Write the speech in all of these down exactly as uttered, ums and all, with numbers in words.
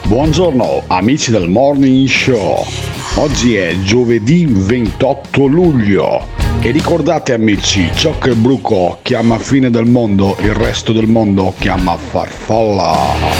Buongiorno amici del Morning Show, oggi è giovedì ventotto luglio e ricordate amici, ciò che il bruco chiama fine del mondo, il resto del mondo chiama farfalla.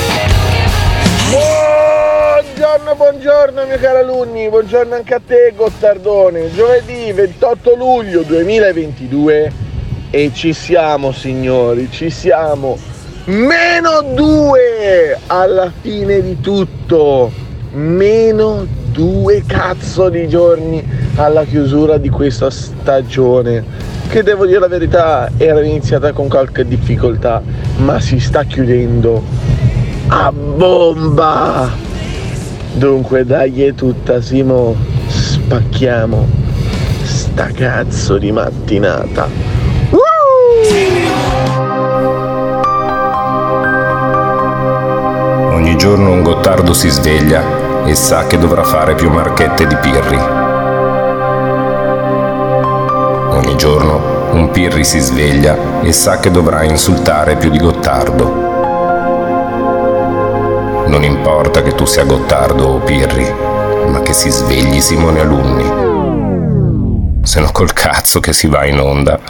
Buongiorno, buongiorno mio caro alunni, buongiorno anche a te Gottardone, giovedì ventotto luglio duemilaventidue e ci siamo signori, ci siamo. Meno due alla fine di tutto, meno due cazzo di giorni alla chiusura di questa stagione, che devo dire la verità era iniziata con qualche difficoltà, ma si sta chiudendo a bomba. Dunque dai è tutta Simo, spacchiamo sta cazzo di mattinata. Ogni giorno un Gottardo si sveglia e sa che dovrà fare più marchette di Pirri. Ogni giorno un Pirri si sveglia e sa che dovrà insultare più di Gottardo. Non importa che tu sia Gottardo o Pirri, ma che si svegli Simone Alunni. Se no col cazzo che si va in onda.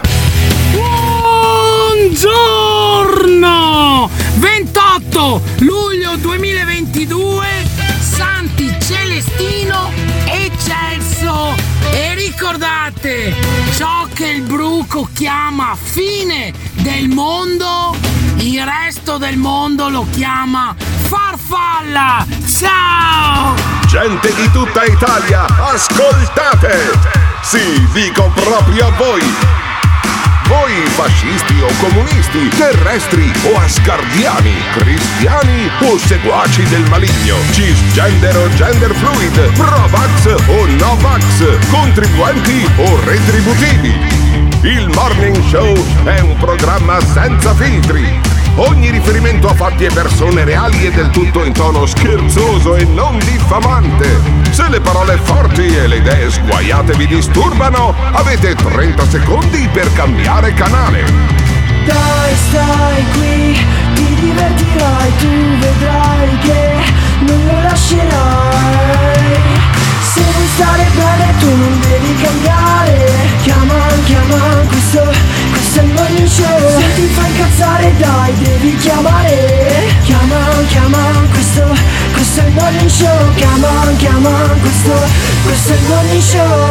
Buongiorno! ventotto luglio duemilaventidue, Santi Celestino e Celso. E ricordate, ciò che il bruco chiama fine del mondo, il resto del mondo lo chiama farfalla. Ciao! Gente di tutta Italia, ascoltate! Sì, dico proprio a voi! Voi fascisti o comunisti, terrestri o asgardiani, cristiani o seguaci del maligno, cisgender o gender fluid, pro-vax o no-vax, contribuenti o retributivi. Il Morning Show è un programma senza filtri. Ogni riferimento a fatti e persone reali è del tutto in tono scherzoso e non diffamante. Se le parole forti e le idee sguaiate vi disturbano, avete trenta secondi per cambiare canale. Dai, stai qui, ti divertirai, tu vedrai che non lo lascerai. Se vuoi stare bene tu non devi cambiare. Chiama, chiama, questo, questo è il Morning Show. Se ti fa incazzare dai, devi chiamare. Chiama, chiama, questo, questo è il Morning Show. Chiama, chiama, questo, questo è il Morning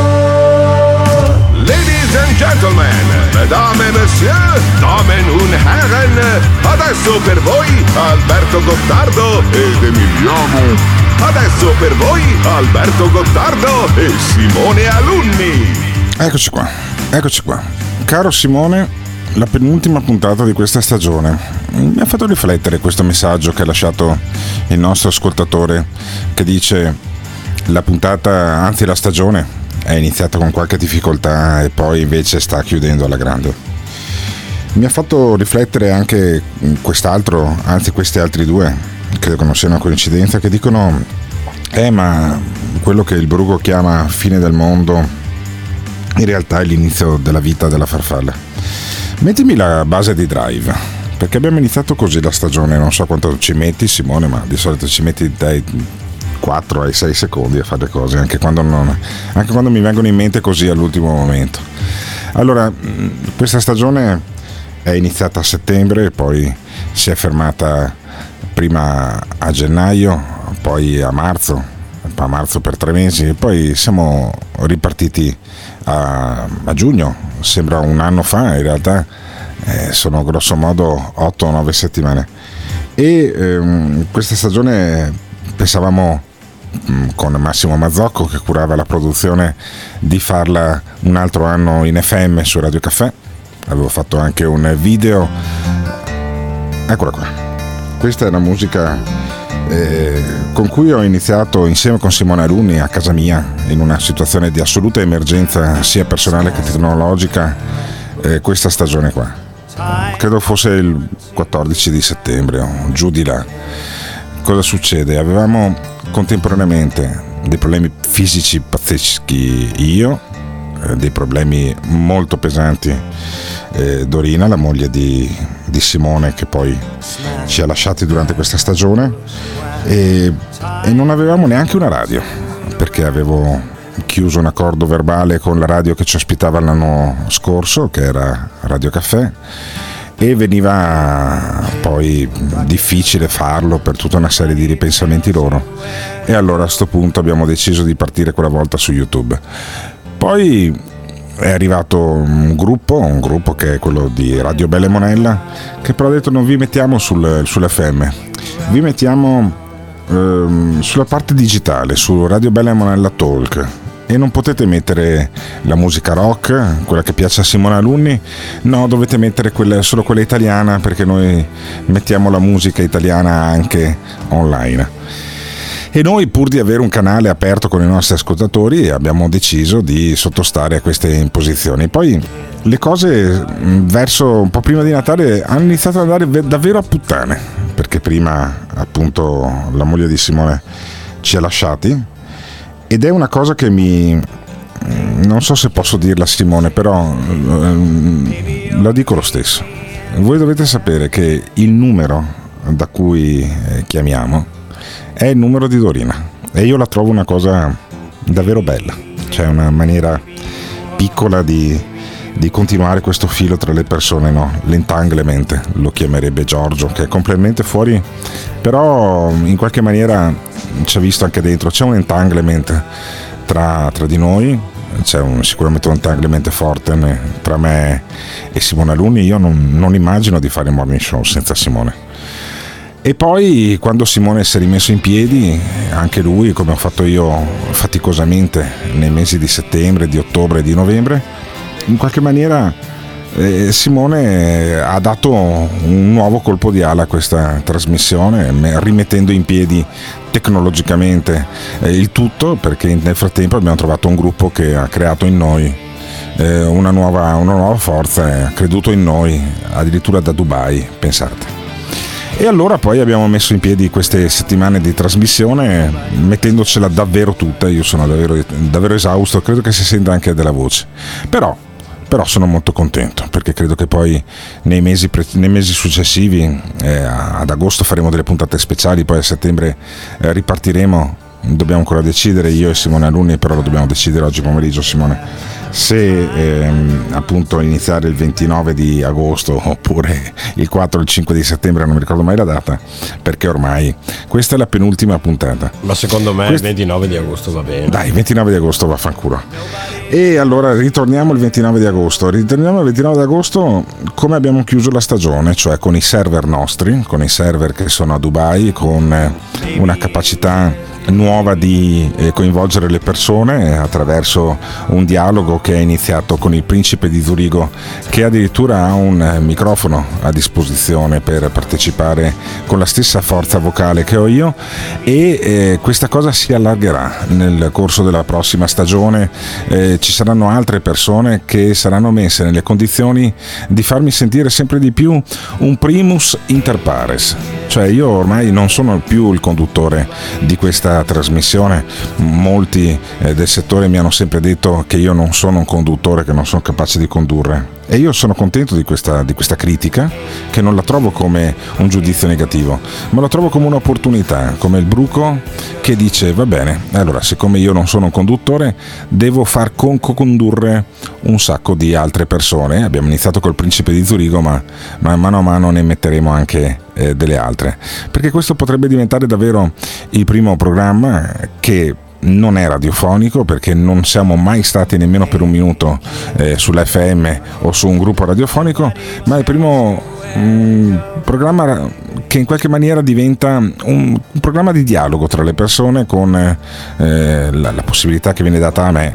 Show. Ladies and gentlemen, mesdames et messieurs, damen und herren, adesso per voi Alberto Gottardo ed Emiliano. Adesso per voi Alberto Gottardo e Simone Alunni. Eccoci qua, eccoci qua. Caro Simone, la penultima puntata di questa stagione. Mi ha fatto riflettere questo messaggio che ha lasciato il nostro ascoltatore, che dice: la puntata, anzi la stagione, è iniziata con qualche difficoltà e poi invece sta chiudendo alla grande. Mi ha fatto riflettere anche quest'altro, anzi questi altri due, credo che non sia una coincidenza, che dicono eh ma quello che il bruco chiama fine del mondo in realtà è l'inizio della vita della farfalla. Mettimi la base di Drive, perché abbiamo iniziato così la stagione. Non so quanto ci metti Simone, ma di solito ci metti dai quattro ai sei secondi a fare le cose, anche quando, non, anche quando mi vengono in mente così all'ultimo momento. Allora, questa stagione è iniziata a settembre e poi si è fermata prima a gennaio, poi a marzo, a marzo per tre mesi, e poi siamo ripartiti a, a giugno. Sembra un anno fa, in realtà eh, sono grosso modo otto o nove settimane. E ehm, questa stagione pensavamo mh, con Massimo Mazzocco, che curava la produzione, di farla un altro anno in F M su Radio Caffè. Avevo fatto anche un video. Eccola qua. Questa è la musica eh, con cui ho iniziato insieme con Simone Alunni a casa mia, in una situazione di assoluta emergenza sia personale che tecnologica, eh, questa stagione qua. Credo fosse il quattordici di settembre o giù di là. Cosa succede? Avevamo contemporaneamente dei problemi fisici pazzeschi io, eh, dei problemi molto pesanti eh, Dorina, la moglie di di Simone, che poi ci ha lasciati durante questa stagione, e, e non avevamo neanche una radio, perché avevo chiuso un accordo verbale con la radio che ci ospitava l'anno scorso, che era Radio Caffè, e veniva poi difficile farlo per tutta una serie di ripensamenti loro, e allora a sto punto abbiamo deciso di partire quella volta su YouTube. Poi è arrivato un gruppo, un gruppo che è quello di Radio Bella e Monella, che però ha detto: non vi mettiamo sul, sull'F M, vi mettiamo ehm, sulla parte digitale, su Radio Bella e Monella Talk, e non potete mettere la musica rock, quella che piace a Simone Alunni, no, dovete mettere quella, solo quella italiana, perché noi mettiamo la musica italiana anche online. E noi, pur di avere un canale aperto con i nostri ascoltatori, abbiamo deciso di sottostare a queste imposizioni. Poi le cose verso un po' prima di Natale hanno iniziato ad andare davvero a puttane, perché prima appunto la moglie di Simone ci ha lasciati, ed è una cosa che mi... non so se posso dirla a Simone, però la dico lo stesso. Voi dovete sapere che il numero da cui chiamiamo è il numero di Dorina, e io la trovo una cosa davvero bella, cioè una maniera piccola di, di continuare questo filo tra le persone, no? L'entanglement lo chiamerebbe Giorgio, che è completamente fuori, però in qualche maniera ci ha visto anche dentro, c'è un entanglement tra, tra di noi, c'è un, sicuramente un entanglement forte tra me e Simone Alunni. Io non, non immagino di fare il morning show senza Simone. E poi quando Simone si è rimesso in piedi, anche lui, come ho fatto io faticosamente nei mesi di settembre, di ottobre e di novembre, in qualche maniera eh, Simone ha dato un nuovo colpo di ala a questa trasmissione, rimettendo in piedi tecnologicamente eh, il tutto, perché nel frattempo abbiamo trovato un gruppo che ha creato in noi eh, una, nuova, una nuova forza, e ha creduto in noi addirittura da Dubai, pensate. E allora poi abbiamo messo in piedi queste settimane di trasmissione, mettendocela davvero tutta. Io sono davvero, davvero esausto, credo che si senta anche della voce, però, però sono molto contento, perché credo che poi nei mesi, nei mesi successivi, eh, ad agosto faremo delle puntate speciali, poi a settembre eh, ripartiremo. Dobbiamo ancora decidere, io e Simone Alunni, però lo dobbiamo decidere oggi pomeriggio, Simone, se ehm, appunto iniziare il ventinove di agosto oppure il quattro o il cinque di settembre, non mi ricordo mai la data, perché ormai questa è la penultima puntata. Ma secondo me Quest... il ventinove di agosto va bene. Dai, il ventinove di agosto vaffanculo. E allora ritorniamo il ventinove di agosto. Ritorniamo il ventinove di agosto come abbiamo chiuso la stagione, cioè con i server nostri, con i server che sono a Dubai, con una capacità nuova di eh, coinvolgere le persone attraverso un dialogo che è iniziato con il principe di Zurigo, che addirittura ha un eh, microfono a disposizione per partecipare con la stessa forza vocale che ho io, e eh, questa cosa si allargherà nel corso della prossima stagione. Eh, ci saranno altre persone che saranno messe nelle condizioni di farmi sentire sempre di più un primus inter pares, cioè io ormai non sono più il conduttore di questa trasmissione. Molti eh, del settore mi hanno sempre detto che io non sono un conduttore, che non sono capace di condurre, e io sono contento di questa, di questa critica, che non la trovo come un giudizio negativo, ma la trovo come un'opportunità, come il bruco che dice: va bene, allora siccome io non sono un conduttore devo far co-condurre un sacco di altre persone. Abbiamo iniziato col principe di Zurigo, ma, ma mano a mano ne metteremo anche eh, delle altre, perché questo potrebbe diventare davvero il primo programma che non è radiofonico, perché non siamo mai stati nemmeno per un minuto eh, sull'F M o su un gruppo radiofonico, ma è il primo um, programma che in qualche maniera diventa un, un programma di dialogo tra le persone, con eh, la, la possibilità che viene data a me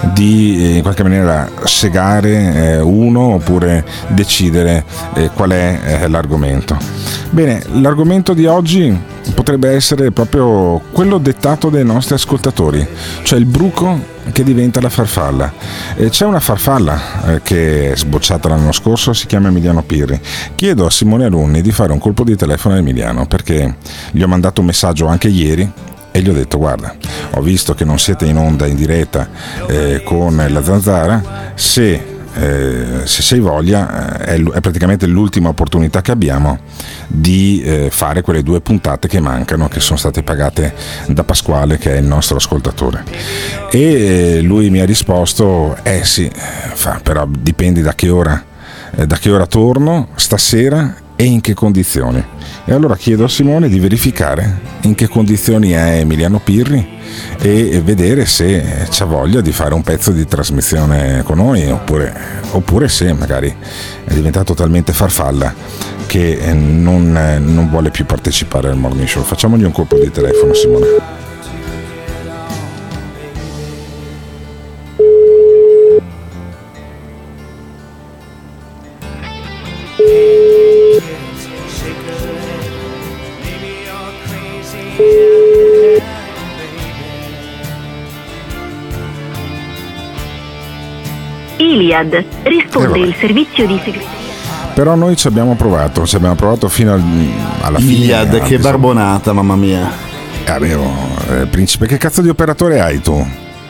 di eh, in qualche maniera segare eh, uno oppure decidere eh, qual è eh, l'argomento. Bene, l'argomento di oggi potrebbe essere proprio quello dettato dai nostri ascoltatori, cioè il bruco che diventa la farfalla. E c'è una farfalla eh, che è sbocciata l'anno scorso, si chiama Emiliano Pirri. Chiedo a Simone Alunni di fare un colpo di telefono a Emiliano, perché gli ho mandato un messaggio anche ieri e gli ho detto: guarda, ho visto che non siete in onda in diretta eh, con la Zanzara, se eh, se sei voglia, eh, è, l- è praticamente l'ultima opportunità che abbiamo di eh, fare quelle due puntate che mancano, che sono state pagate da Pasquale, che è il nostro ascoltatore. E eh, lui mi ha risposto, eh sì, fa, però dipende da che ora, eh, da che ora torno stasera e in che condizioni. E allora chiedo a Simone di verificare in che condizioni è Emiliano Pirri e vedere se c'ha voglia di fare un pezzo di trasmissione con noi, oppure, oppure se magari è diventato talmente farfalla che non, non vuole più partecipare al Morning Show. Facciamogli un colpo di telefono, Simone. Iliad, risponde Eh, il servizio di segreteria. Però noi ci abbiamo provato, ci abbiamo provato fino al, alla fine. Iliad, anche che se- barbonata, mamma mia. Eh, avevo, eh, principe, che cazzo di operatore hai tu?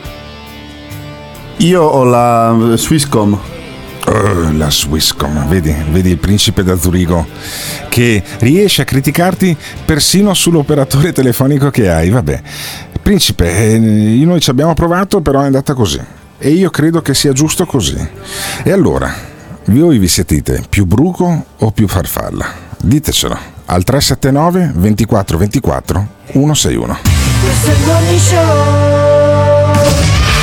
Io ho la Swisscom. Oh, la Swisscom, vedi, vedi il principe da Zurigo che riesce a criticarti persino sull'operatore telefonico che hai. Vabbè, principe, eh, noi ci abbiamo provato, però è andata così e io credo che sia giusto così. E allora, voi vi sentite più bruco o più farfalla? Ditecelo al tre sette nove ventiquattro ventiquattro centosessantuno. Questo è il Morning Show.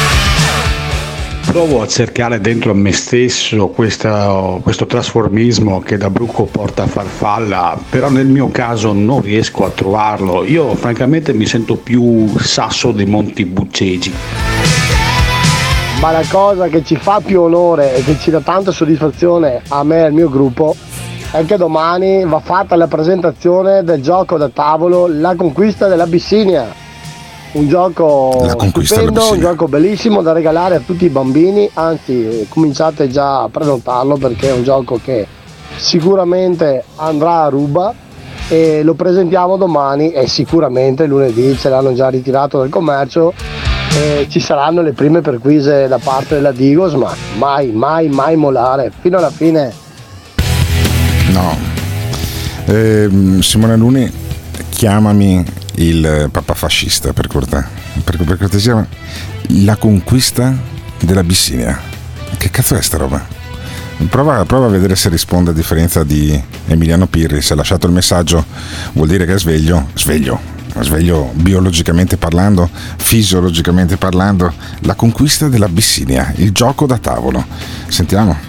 Provo a cercare dentro a me stesso questa- questo trasformismo che da bruco porta a farfalla, però nel mio caso non riesco a trovarlo. Io francamente mi sento più Sasso dei Monti Buccegi. Ma la cosa che ci fa più onore e che ci dà tanta soddisfazione a me e al mio gruppo è che domani va fatta la presentazione del gioco da tavolo La Conquista dell'Abissinia. Un gioco La Conquista stupendo, un dell'Abissinia. gioco bellissimo da regalare a tutti i bambini, anzi cominciate già a prenotarlo perché è un gioco che sicuramente andrà a ruba e lo presentiamo domani e sicuramente lunedì ce l'hanno già ritirato dal commercio. E ci saranno le prime perquise da parte della Digos, ma mai, mai, mai molare fino alla fine. No. Ehm, Simone Luni, chiamami il papà fascista per cortesia. Per, per cortesia, La Conquista dell'Abissinia. Che cazzo è sta roba? Prova, prova a vedere se risponde, a differenza di Emiliano Pirri. Se ha lasciato il messaggio vuol dire che è sveglio. Sveglio. Sveglio biologicamente parlando, fisiologicamente parlando. La Conquista dell'Abissinia, il gioco da tavolo. Sentiamo.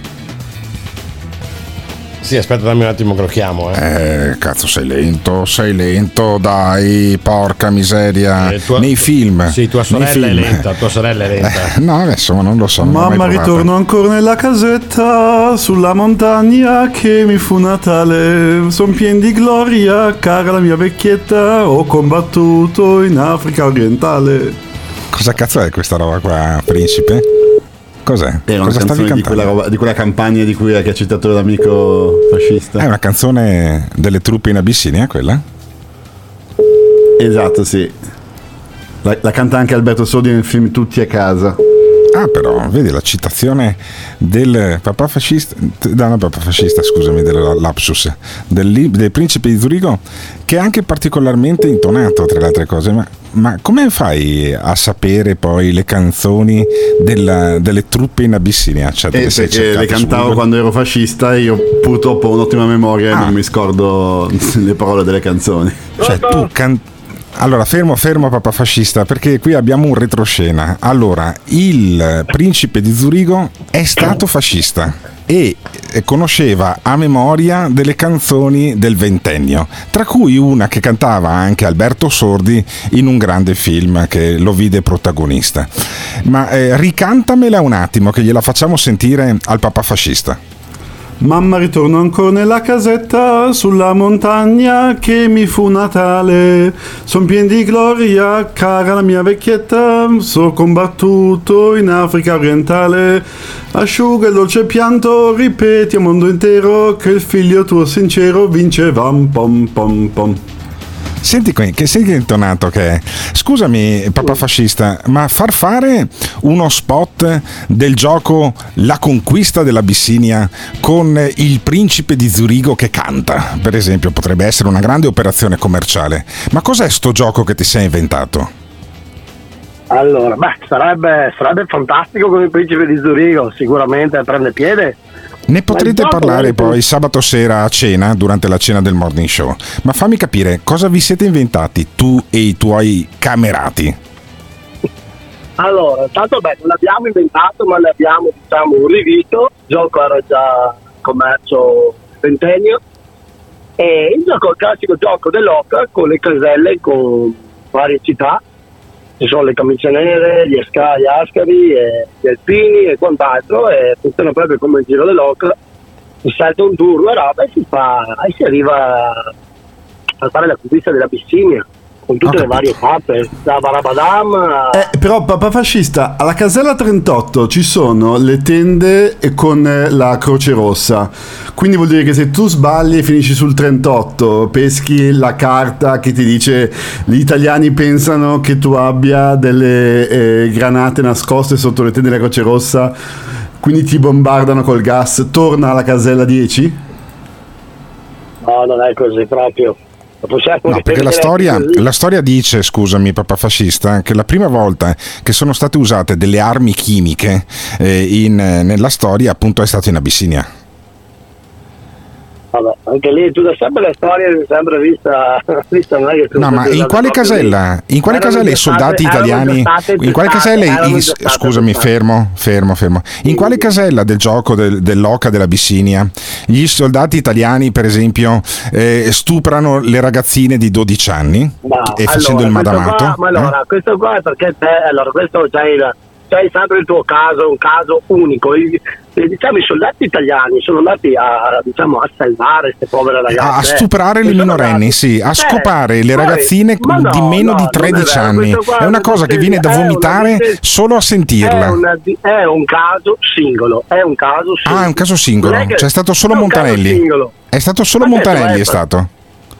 Sì, aspetta, dammi un attimo che lo chiamo. Eh. Eh, cazzo, sei lento, sei lento, dai, porca miseria. Eh, tua- Nei film. Sì, tua nei sorella è film. lenta, tua sorella è lenta. Eh, no, adesso non lo so. non l'ho mai Mamma, provato. ritorno ancora nella casetta sulla montagna che mi fu Natale. Son pien di gloria, cara la mia vecchietta. Ho combattuto in Africa orientale. Cosa cazzo è questa roba qua, principe? Cos'è? Era una Cosa stavi canzone di cantando? quella, roba- di quella campagna di cui ha citato l'amico fascista. È una canzone delle truppe in Abissinia, quella? Esatto, sì. La, la canta anche Alberto Sordi nel film Tutti a casa. Ah, però, vedi la citazione del papà fascista, no, no, papà fascista, scusami, del lapsus, del, li- del principe di Zurigo, che è anche particolarmente intonato, tra le altre cose. Ma, ma come fai a sapere poi le canzoni della- delle truppe in Abissinia? Cioè, te Eh, le sei perché cercate le su cantavo Google? quando ero fascista e io purtroppo ho un'ottima memoria Ah. e non mi scordo le parole delle canzoni. Cioè, tu can- Allora, fermo, fermo, papà fascista, perché qui abbiamo un retroscena. Allora, il principe di Zurigo è stato fascista e conosceva a memoria delle canzoni del ventennio, tra cui una che cantava anche Alberto Sordi in un grande film che lo vide protagonista. Ma eh, ricantamela un attimo, che gliela facciamo sentire al papà fascista. Mamma, ritorno ancora nella casetta sulla montagna che mi fu Natale. Son pien di gloria, cara la mia vecchietta. So combattuto in Africa orientale. Asciuga il dolce pianto, ripeti a mondo intero che il figlio tuo sincero vince vam pom pom pom. Senti qui, che sei intonato che è. Scusami, papà fascista, ma far fare uno spot del gioco La conquista dell'Abissinia con il principe di Zurigo che canta, per esempio, potrebbe essere una grande operazione commerciale. Ma cos'è sto gioco che ti sei inventato? Allora, beh, sarebbe, sarebbe fantastico con il principe di Zurigo, sicuramente prende piede. Ne potrete parlare poi sabato sera a cena, durante la cena del Morning Show. Ma fammi capire, cosa vi siete inventati tu e i tuoi camerati? Allora, tanto beh, non l'abbiamo inventato, ma l'abbiamo, diciamo, rivisto. Il gioco era già in commercio ventennio. E il gioco, il classico gioco dell'Oca con le caselle, con varie città. Ci sono le camicie nere, gli, esca, gli ascari, e gli alpini e quant'altro, e funziona proprio come il giro dell'Oca. Si salta un turno e roba e si fa e si arriva a fare la conquista dell'Abissinia con tutte Ho le varie tappe, da Barabadam a... Eh, però papà fascista, alla casella trentotto ci sono le tende con la Croce Rossa, quindi vuol dire che se tu sbagli e finisci sul trentotto, peschi la carta che ti dice gli italiani pensano che tu abbia delle eh, granate nascoste sotto le tende della Croce Rossa, quindi ti bombardano col gas, torna alla casella dieci? No, non è così proprio. No, perché la storia, la storia dice, scusami papà fascista, che la prima volta che sono state usate delle armi chimiche eh, in, nella storia appunto è stato in Abissinia. Vabbè, anche lì tu da sempre la storia è sempre vista, vista non è che no, ma in quale casella? In quale casella i soldati italiani? In quale casella? I, scusami, fermo, fermo, fermo. In quale casella del gioco del, dell'Oca dell'Abissinia gli soldati italiani, per esempio, eh, stuprano le ragazzine di dodici anni no, e facendo allora, il madamato? Qua, ma allora, eh? questo qua è perché te, allora, questo c'hai, c'hai sempre il tuo caso, un caso unico. I, diciamo i soldati italiani sono andati a, diciamo, a salvare queste povere ragazze, a stuprare le minorenni, sì, a scopare eh, le ragazzine poi, no, di meno no, di tredici anni. È una cosa che viene da vomitare una, solo a sentirla. È, una, è un caso singolo, è un caso singolo. Ah, è un caso singolo. C'è cioè, stato solo è Montanelli. È stato solo ma Montanelli, è, è stato.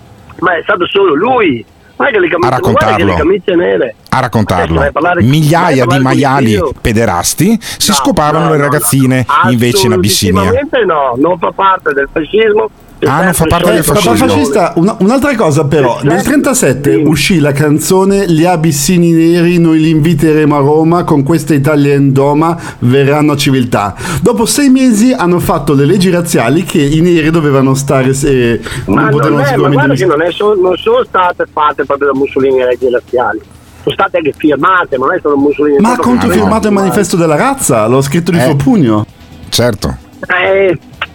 Ma è stato solo lui. Che le camicie, a raccontarlo, le camicie nere. a raccontarlo. Parlare, migliaia di maiali pederasti si no, scopavano no, le ragazzine no, invece in Abissinia. Assolutamente no, non fa parte del fascismo. Ah, non fa parte del fascismo. Fascista, una, un'altra cosa però, nel trentasette sì. uscì la canzone Gli abissini neri noi li inviteremo a Roma, con questa Italia in doma verranno a civiltà. Dopo sei mesi hanno fatto le leggi razziali che i neri dovevano stare se ma non potevano sicuramente. Ma guarda che non, è solo, non sono state fatte proprio da Mussolini le leggi razziali. Sono state anche firmate, ma non è solo Mussolini. Ma ha controfirmato il manifesto della razza, l'ho scritto di eh. suo pugno. Certo. Eh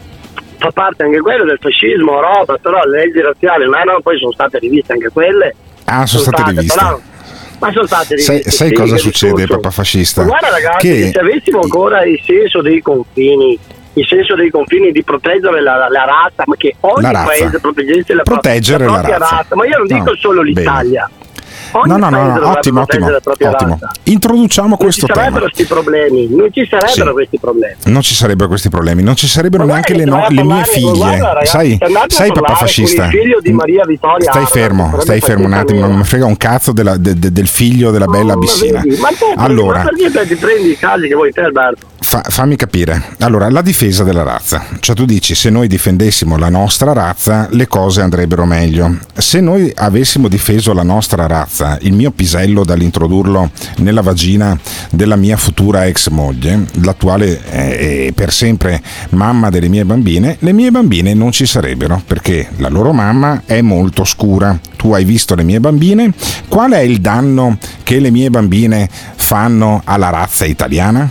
fa parte anche quello del fascismo, roba, però le leggi razziali non erano, poi sono state riviste anche quelle. Ah, sono, sono state, state riviste. Però, ma sono state riviste. Sai, sai sì, cosa succede, papà fascista? Ma guarda ragazzi, che... se avessimo ancora il senso dei confini, il senso dei confini di proteggere la, la, la razza, ma che ogni paese proteggesse la, proteggere la la propria razza. razza. Ma io non dico no, solo l'Italia. Bene. No, no, no, no, ottimo, ottimo, ottimo. Introduciamo questo tema. Non ci sarebbero questi problemi, non ci sarebbero sì. questi problemi. Non ci sarebbero questi problemi, non ci sarebbero ma neanche le, no, le mie figlie. Guarda, ragazzi, sai, sai papà fascista? Figlio di Maria Vittoria stai fermo, stai fermo un attimo, non mi frega un cazzo della, de, de, del figlio della bella Abissina. Ma, te, allora, ma perché ti prendi i casi che vuoi te, Alberto? Fa, fammi capire. Allora, la difesa della razza. Cioè tu dici, se noi difendessimo la nostra razza, le cose andrebbero meglio. Se noi avessimo difeso la nostra razza, il mio pisello dall'introdurlo nella vagina della mia futura ex moglie, l'attuale è per sempre mamma delle mie bambine, le mie bambine non ci sarebbero, perché la loro mamma è molto scura. Tu hai visto le mie bambine? Qual è il danno che le mie bambine fanno alla razza italiana?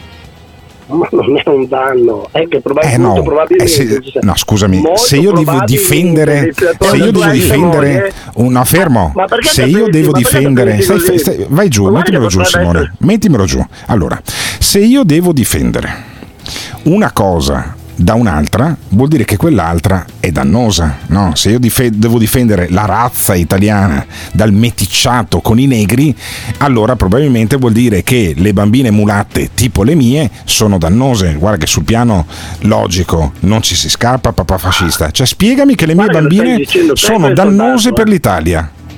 Ma non è un danno, è che probabilmente, eh no, molto probabilmente eh se, no scusami, se io devo difendere se io devo difendere una fermo ma se io devo difendere stai, stai, stai, vai giù, mettimelo giù Simone essere... mettimelo giù. Allora, se io devo difendere una cosa da un'altra, vuol dire che quell'altra è dannosa, no? Se io dif- devo difendere la razza italiana dal meticciato con i negri, allora probabilmente vuol dire che le bambine mulatte tipo le mie sono dannose. Guarda che sul piano logico non ci si scappa, papà fascista. Cioè spiegami che le mie bambine sono dannose per l'Italia.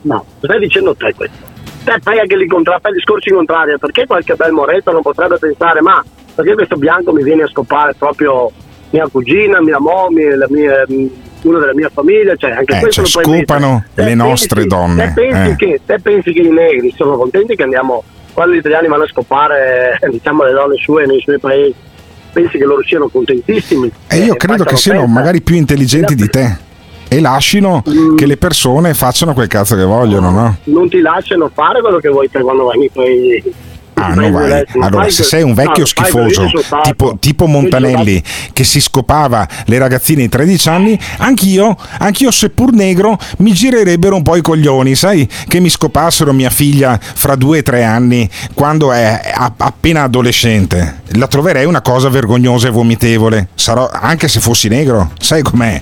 no, stai dicendo te questo? Te fai anche gli contra- fai discorsi contrari, perché qualche bel moretto non potrebbe pensare, ma perché questo bianco mi viene a scopare proprio mia cugina, mia mommy, la mia, una della mia famiglia, cioè anche eh, questo cioè, lo puoi scopano mettere. le Te nostre pensi, donne. Te pensi, eh. che, te pensi che i negri sono contenti che andiamo, quando gli italiani vanno a scopare, diciamo, le donne sue nei suoi paesi, pensi che loro siano contentissimi? E io eh, credo che siano festa. magari più intelligenti di te e lasciano mm. che le persone facciano quel cazzo che vogliono, no? Non ti lasciano fare quello che vuoi te quando vai nei paesi. Ah, non vai. Allora, se sei un vecchio no, schifoso tipo, tipo Montanelli che si scopava le ragazzine di tredici anni, anch'io, anch'io seppur negro, mi girerebbero un po' i coglioni, sai? Che mi scopassero mia figlia fra due o tre anni quando è appena adolescente. La troverei una cosa vergognosa e vomitevole, sarò, anche se fossi negro, sai com'è?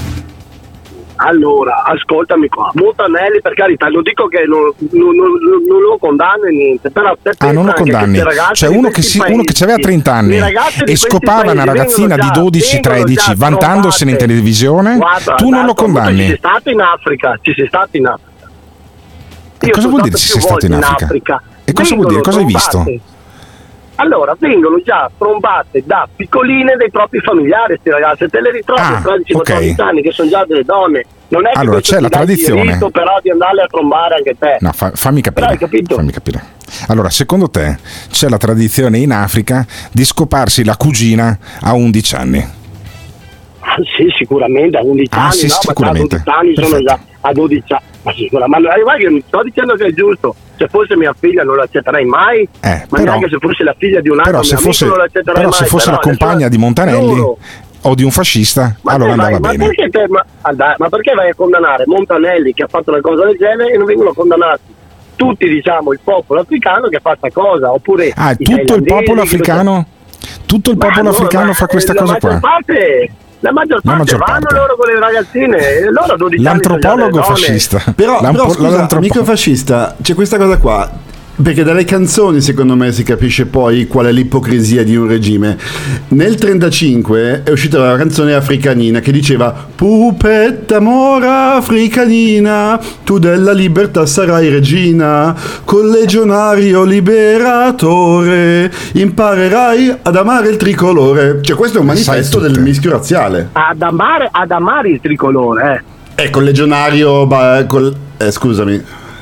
Allora, ascoltami qua, Montanelli, per carità, non dico che non, non, non, non lo condanno e niente, però te ah, non lo condanni, cioè uno che, si, uno che aveva trenta anni e scopava una ragazzina di dodici tredici vantandosene in televisione, guarda, tu non lo condanni. Ci sei stato in Africa, ci sei stato in Africa. E cosa vuol dire ci sei stato in Africa? Africa. E cosa vuol dire? Cosa hai visto? Allora, vengono già trombate da piccoline dei propri familiari, questi ragazzi, te le ritrovi a ah, tredici quattordici okay. anni che sono già delle donne. Non è che allora c'è la tradizione diritto, però di andarle a trombare anche te. No, fa, fammi capire. Fammi capire. Allora, secondo te c'è la tradizione in Africa di scoparsi la cugina a undici anni? Ah, sì, sicuramente a undici ah, anni, sì, no, sicuramente. Ma a undici anni sono già a dodici anni. Ma sicuramente, ma guarda che non sto dicendo che è giusto. Se fosse mia figlia non l'accetterei mai, eh, ma però, neanche se fosse la figlia di un altro però mio se amico fosse, non l'accetterei però mai. se fosse però la compagna di Montanelli loro, o di un fascista, ma allora andava vai, bene. Ma perché, te, ma, ma perché vai a condannare Montanelli che ha fatto una cosa del genere e non vengono condannati tutti, diciamo, il popolo africano che fa questa cosa? Oppure ah, tutto il popolo africano? Tutto il popolo no, africano fa questa cosa qua? Parte, la maggior parte la maggior vanno parte. loro con le ragazzine, loro a dodici l'antropologo anni fascista. Però, però scusa, l'antropo- amico fascista, c'è questa cosa qua. Perché dalle canzoni secondo me si capisce poi qual è l'ipocrisia di un regime. Nel trentacinque è uscita la canzone africanina che diceva Pupetta mora africanina, tu della libertà sarai regina, con legionario liberatore imparerai ad amare il tricolore. Cioè questo è un manifesto del mischio razziale. Ad amare, ad amare il tricolore, eh. Eh, col legionario bah, col, eh, scusami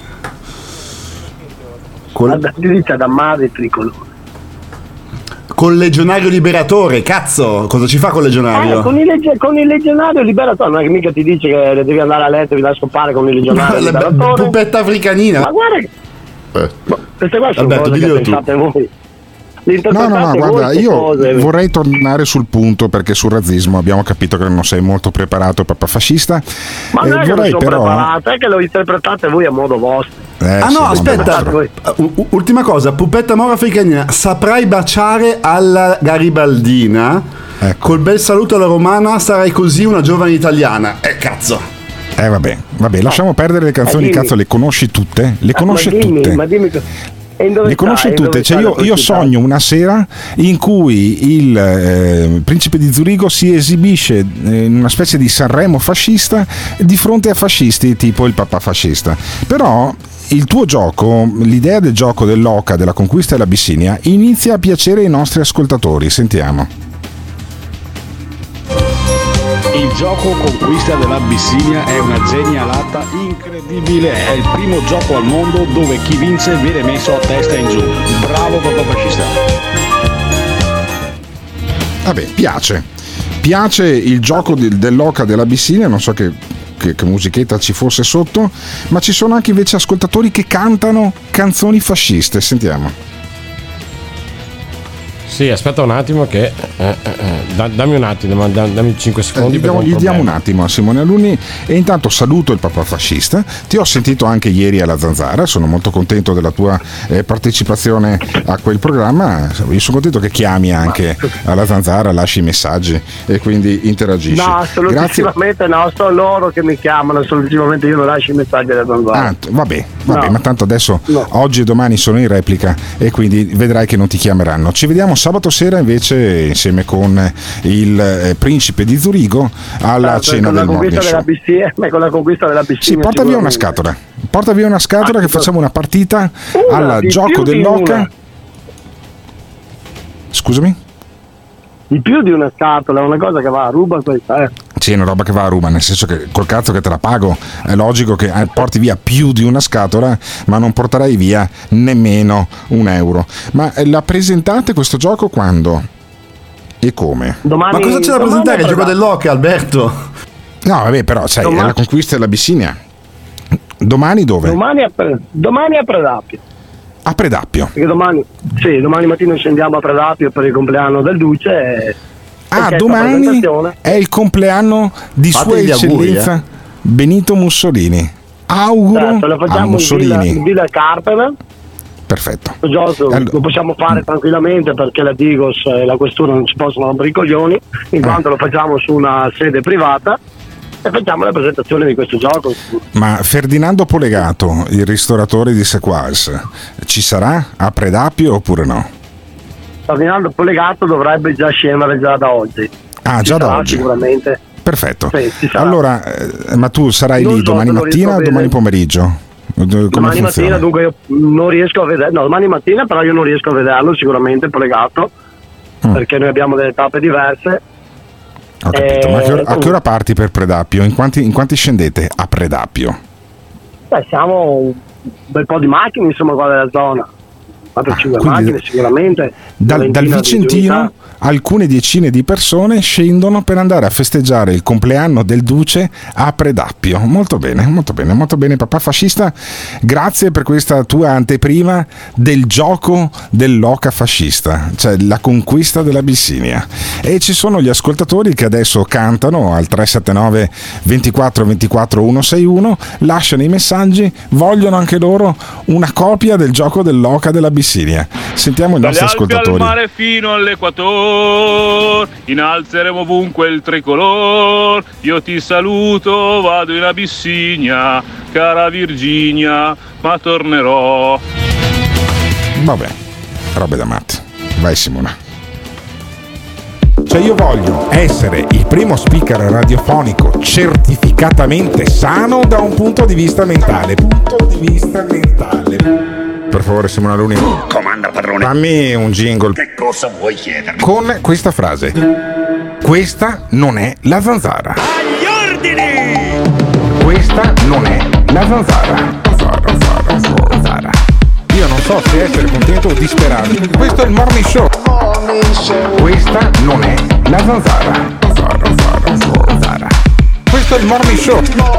Col... dice ad amare il tricolore. Col legionario liberatore, cazzo, cosa ci fa col legionario? Eh, con, il legge... con il legionario liberatore, non è che mica ti dice che devi andare a letto e devi scopare con il legionario la liberatore. Pupetta africanina. Ma guarda che... eh. queste qua sono Alberto, cose che tu. pensate voi. No, no, no, guarda, io cose. vorrei tornare sul punto perché sul razzismo abbiamo capito che non sei molto preparato, papà fascista. Ma eh, non è che vorrei non sono però... preparato, è che lo interpretate voi a modo vostro. Eh, ah sì, no, aspetta, U- ultima cosa, Pupetta mora africanina, saprai baciare alla garibaldina, ecco. Col bel saluto alla romana sarai così una giovane italiana. Eh cazzo. Eh vabbè, vabbè, lasciamo perdere le canzoni, eh, cazzo, le conosci tutte? Le conosce ma dimmi, tutte? Ma dimmi le conosce tutte, cioè io, io sogno una sera in cui il eh, principe di Zurigo si esibisce in una specie di Sanremo fascista di fronte a fascisti tipo il papà fascista. Però il tuo gioco, l'idea del gioco dell'Oca, della conquista dell'Abissinia, inizia a piacere ai nostri ascoltatori. Sentiamo. Il gioco Conquista dell'Abissinia è una genialata incredibile, è il primo gioco al mondo dove chi vince viene messo a testa in giù. Bravo papà fascista. Vabbè, piace. Piace il gioco di, dell'Oca dell'Abissinia, non so che, che, che musichetta ci fosse sotto, ma ci sono anche invece ascoltatori che cantano canzoni fasciste. Sentiamo. Sì, aspetta un attimo che eh, eh, dammi un attimo, dammi cinque secondi. Eh, gli diamo, un gli diamo un attimo a Simone Alunni e intanto saluto il papà fascista. Ti ho sentito anche ieri alla Zanzara, sono molto contento della tua eh, partecipazione a quel programma. Io sono contento che chiami anche alla Zanzara, lasci messaggi e quindi interagisci. No, assolutissimamente no, sono loro che mi chiamano, assolutissimamente io non lascio i messaggi alla Zanzara. Ah, vabbè, vabbè, no. ma tanto adesso no. oggi e domani sono in replica e quindi vedrai che non ti chiameranno. Ci vediamo sabato sera invece insieme con il eh, principe di Zurigo alla ah, cena del morning show. Della B C, con la conquista della piscina. Sì, porta via una scatola. porta via una scatola che facciamo una partita Una, al di gioco più di dell'oca. una. Scusami? Di più di una scatola, è una cosa che va a ruba questa, eh. Sì, è una roba che va a ruba, nel senso che col cazzo che te la pago è logico che eh, porti via più di una scatola, ma non porterai via nemmeno un euro. Ma eh, la presentate questo gioco quando? E come? Domani, Ma cosa c'è da presentare? Il gioco dell'Oca, Alberto? No, vabbè, però sai, Domani- è la conquista dell'Abissinia. Domani dove? Domani a, Pre- domani a Predappio. A Predappio. Perché domani, sì, domani mattina scendiamo a Predappio per il compleanno del Duce. E, Ah, e domani presentazione. è il compleanno di Fate Sua gli auguri, Eccellenza eh. Benito Mussolini. Auguro Certo, lo a facciamo in Mussolini. Villa, in Villa Carpena. Perfetto. Lo gioco Allora- lo possiamo fare tranquillamente perché la Digos e la Questura non ci possono rompere i coglioni, in quanto lo facciamo su una sede privata e facciamo la presentazione di questo gioco. Ma Ferdinando Polegato, il ristoratore di Sequals, ci sarà a Predappio oppure no? Ferdinando Polegato dovrebbe già scendere già da oggi. Ah, Ci già da sarà oggi. Sicuramente. Perfetto. Sì, ci sarà. Allora, eh, ma tu sarai Non lì so domani se lo riesco mattina a o vedere. domani pomeriggio? Come Domani funziona? mattina dunque io non riesco a vedere, no, domani mattina però io non riesco a vederlo sicuramente Polegato, Mm. perché noi abbiamo delle tappe diverse. Ho capito, ma a che, ora, a Eh, che ora parti per Predappio? In quanti, in quanti scendete a Predappio? Beh, siamo un bel po' di macchine insomma qua della zona, quattro cinque quindi macchine sicuramente. Dal, una dal ventina di Vicentino unità. alcune decine di persone scendono per andare a festeggiare il compleanno del Duce a Predappio. Molto bene, molto bene, molto bene papà fascista. Grazie per questa tua anteprima del gioco dell'oca fascista, cioè la conquista dell'Abissinia. E ci sono gli ascoltatori che adesso cantano al tre sette nove ventiquattro ventiquattro centosessantuno, lasciano i messaggi, vogliono anche loro una copia del gioco dell'oca dell'Abissinia. Sentiamo i Dalle nostri Alpi al ascoltatori. mare fino all'Equator, innalzeremo ovunque il tricolor. Io ti saluto, vado in Abissinia, cara Virginia, ma tornerò. Vabbè, robe da matti. Vai Simona. Cioè io voglio essere il primo speaker radiofonico certificatamente sano da un punto di vista mentale. Punto di vista mentale. Per favore Simona Luni. Comanda padrone. Fammi un jingle Che cosa vuoi chiedermi? con questa frase. Questa non è la zanzara. Agli ordini! Questa non è la zanzara. Zara, zara, zanzara. Io non so se essere contento o disperato. Questo è il morning show. Questa non è la zanzara. Zara, zara, zanzara. Questo è il morning show.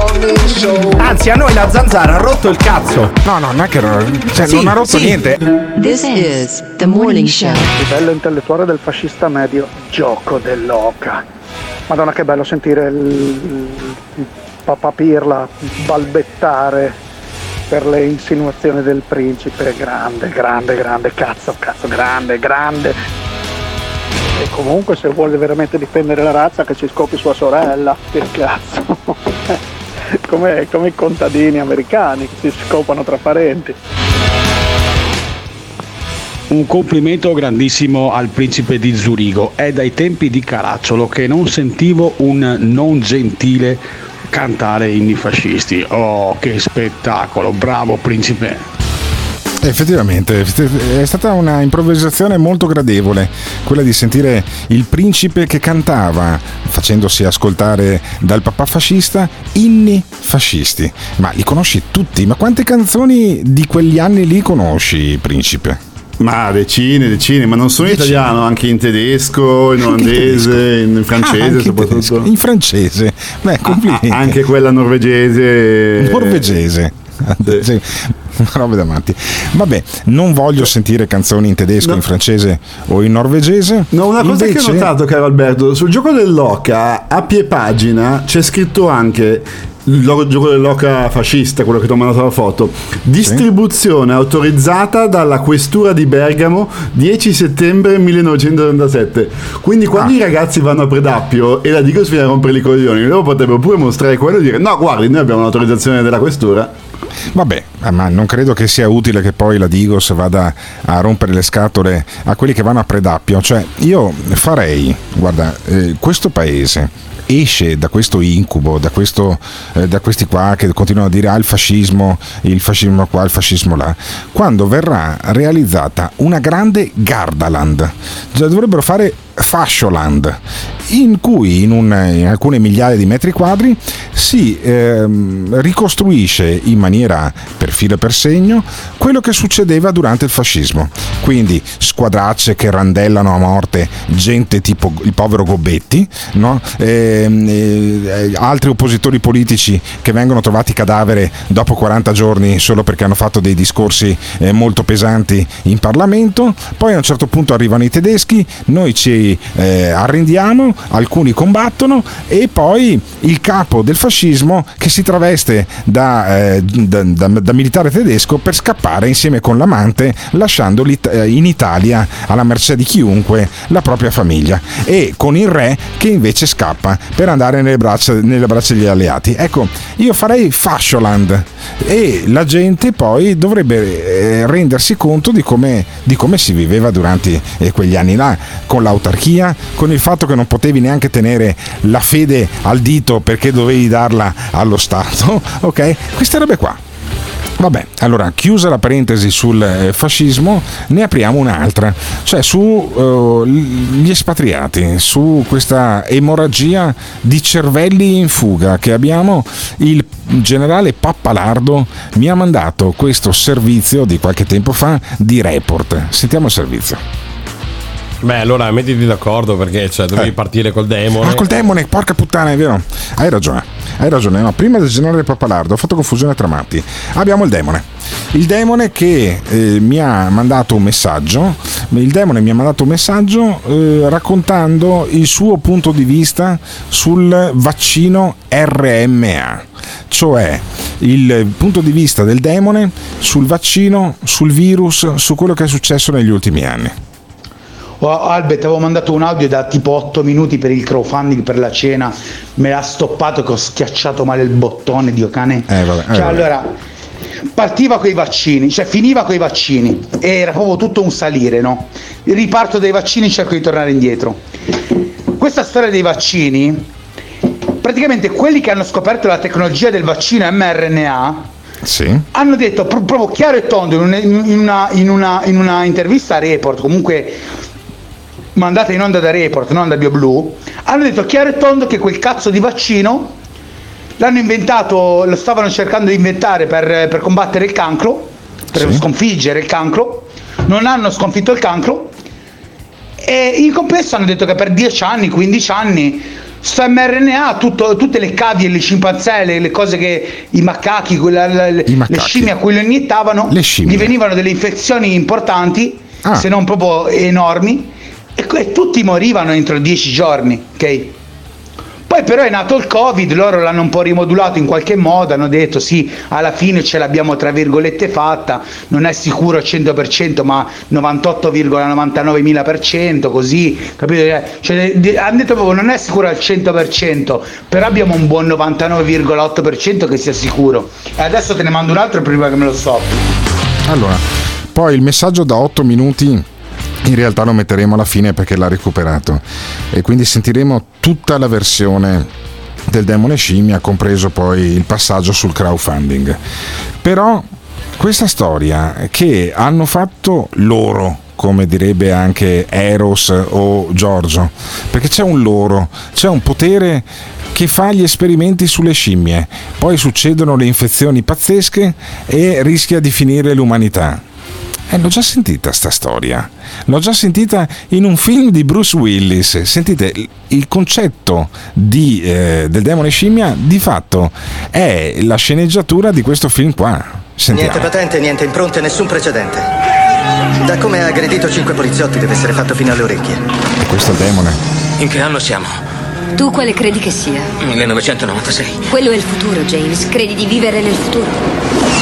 Anzi, a noi la zanzara ha rotto il cazzo. No, no, non è che cioè, Sì, non ha rotto sì. niente. This is the morning show. Livello intellettuale del fascista medio, gioco dell'oca. Madonna che bello sentire il, il papà Pirla balbettare per le insinuazioni del principe. Grande, grande, grande, cazzo, cazzo, grande, grande. E comunque se vuole veramente difendere la razza che ci scopi sua sorella, che cazzo. come, come i contadini americani che si scopano tra parenti. Un complimento grandissimo al principe di Zurigo. È dai tempi di Caracciolo che non sentivo un non gentile cantare inni fascisti. Oh, che spettacolo, bravo principe. Effettivamente è stata una improvvisazione molto gradevole, quella di sentire il principe che cantava, facendosi ascoltare dal papà fascista, inni fascisti. Ma li conosci tutti? Ma quante canzoni di quegli anni lì conosci, principe? Ma decine, decine, ma non solo in Decine. italiano, anche in tedesco, in Anche in olandese, tedesco. in francese Ah, anche in soprattutto. tedesco. In francese. Beh, complimenti. Ah, anche quella norvegese. Norvegese. Sì. Robe davanti. Vabbè, non voglio sentire canzoni in tedesco, No. in francese o in norvegese. No, una cosa Invece- che ho notato, caro Alberto, sul gioco dell'oca a pie pagina c'è scritto anche il logo- gioco dell'oca fascista, quello che ti ho mandato la foto. Distribuzione autorizzata dalla questura di Bergamo dieci settembre millenovecentotrentasette. Quindi quando Ah. i ragazzi vanno a Predappio e la Digos viene a rompere i coglioni, loro potrebbero pure mostrare quello e dire no, guardi, noi abbiamo l'autorizzazione della questura. Vabbè, ma non credo che sia utile che poi la Digos vada a rompere le scatole a quelli che vanno a Predappio. Cioè, io farei, guarda, eh, questo paese esce da questo incubo, da, questo, eh, da questi qua che continuano a dire ah il fascismo, il fascismo qua, il fascismo là, quando verrà realizzata una grande Gardaland. Già dovrebbero fare Fascioland, in cui in, un, in alcune migliaia di metri quadri si ehm, ricostruisce in maniera per filo e per segno quello che succedeva durante il fascismo, quindi squadracce che randellano a morte gente tipo il povero Gobetti, no? e, e, altri oppositori politici che vengono trovati cadavere dopo quaranta giorni solo perché hanno fatto dei discorsi eh, molto pesanti in Parlamento. Poi a un certo punto arrivano i tedeschi, noi ci Eh, arrendiamo, alcuni combattono e poi il capo del fascismo che si traveste da, eh, da, da, da militare tedesco per scappare insieme con l'amante, lasciando in Italia alla mercé di chiunque la propria famiglia, e con il re che invece scappa per andare nelle braccia, nelle braccia degli alleati. Ecco, io farei Fascioland e la gente poi dovrebbe eh, rendersi conto di come, di come si viveva durante eh, quegli anni là, con l'autarchia, con il fatto che non potevi neanche tenere la fede al dito perché dovevi darla allo Stato, ok? Queste robe qua. Vabbè, allora, chiusa la parentesi sul eh, fascismo, ne apriamo un'altra, cioè su uh, gli espatriati, su questa emorragia di cervelli in fuga che abbiamo. Il generale Pappalardo mi ha mandato questo servizio di qualche tempo fa di report. Sentiamo il servizio. Beh, allora mettiti d'accordo, perché cioè dovevi eh. partire col demone. Ah, col demone, porca puttana, è vero. Hai ragione, hai ragione. No, prima del generale Pappalardo ho fatto confusione tra matti. Abbiamo il demone. Il demone che eh, mi ha mandato un messaggio. Il demone mi ha mandato un messaggio eh, raccontando il suo punto di vista sul vaccino R M A. Cioè il punto di vista del demone sul vaccino, sul virus, su quello che è successo negli ultimi anni. Oh, Albert, avevo mandato un audio da tipo otto minuti per il crowdfunding per la cena, me l'ha stoppato che ho schiacciato male il bottone, Dio cane. Eh, vabbè, eh, cioè, vabbè. allora, partiva coi vaccini, cioè finiva coi vaccini, era proprio tutto un salire, no? Riparto dai vaccini, cerco di tornare indietro. Questa storia dei vaccini, praticamente quelli che hanno scoperto la tecnologia del vaccino mRNA, sì, hanno detto pro- proprio chiaro e tondo in una, in, una, in, una, in una intervista a Report, comunque mandata in onda da Report, non da BioBlue, hanno detto chiaro e tondo che quel cazzo di vaccino l'hanno inventato, lo stavano cercando di inventare per, per combattere il cancro, per sì. sconfiggere il cancro, non hanno sconfitto il cancro, e in compenso hanno detto che per dieci anni, quindici anni sto mRNA, tutto, tutte le cavie, le scimpanzé, le, le cose che i macachi, quella, la, le, I macachi. le scimmie a cui lo iniettavano, gli venivano delle infezioni importanti, ah. se non proprio enormi, e, e tutti morivano entro dieci giorni, ok? Poi però è nato il Covid, loro l'hanno un po' rimodulato in qualche modo, hanno detto sì, alla fine ce l'abbiamo tra virgolette fatta, non è sicuro al cento per cento ma novantotto virgola novantanove mila per cento, così, capito? Cioè, hanno detto proprio non è sicuro al cento per cento, però abbiamo un buon novantanove virgola otto per cento che sia sicuro. E adesso te ne mando un altro prima che me lo stoppi. Allora, poi il messaggio da otto minuti in realtà lo metteremo alla fine perché l'ha recuperato, e quindi sentiremo tutta la versione del demone scimmia, compreso poi il passaggio sul crowdfunding. Però questa storia che hanno fatto loro, come direbbe anche Eros o Giorgio, perché c'è un loro, c'è un potere che fa gli esperimenti sulle scimmie, poi succedono le infezioni pazzesche e rischia di finire l'umanità. Eh, l'ho già sentita sta storia, l'ho già sentita in un film di Bruce Willis. Sentite, il concetto di, eh, del demone scimmia di fatto è la sceneggiatura di questo film qua. Sentiamo. Niente patente, niente impronte, nessun precedente. Da come ha aggredito cinque poliziotti deve essere fatto fino alle orecchie. E questo è il demone. In che anno siamo? Tu quale credi che sia? millenovecentonovantasei. Quello è il futuro, James. Credi di vivere nel futuro?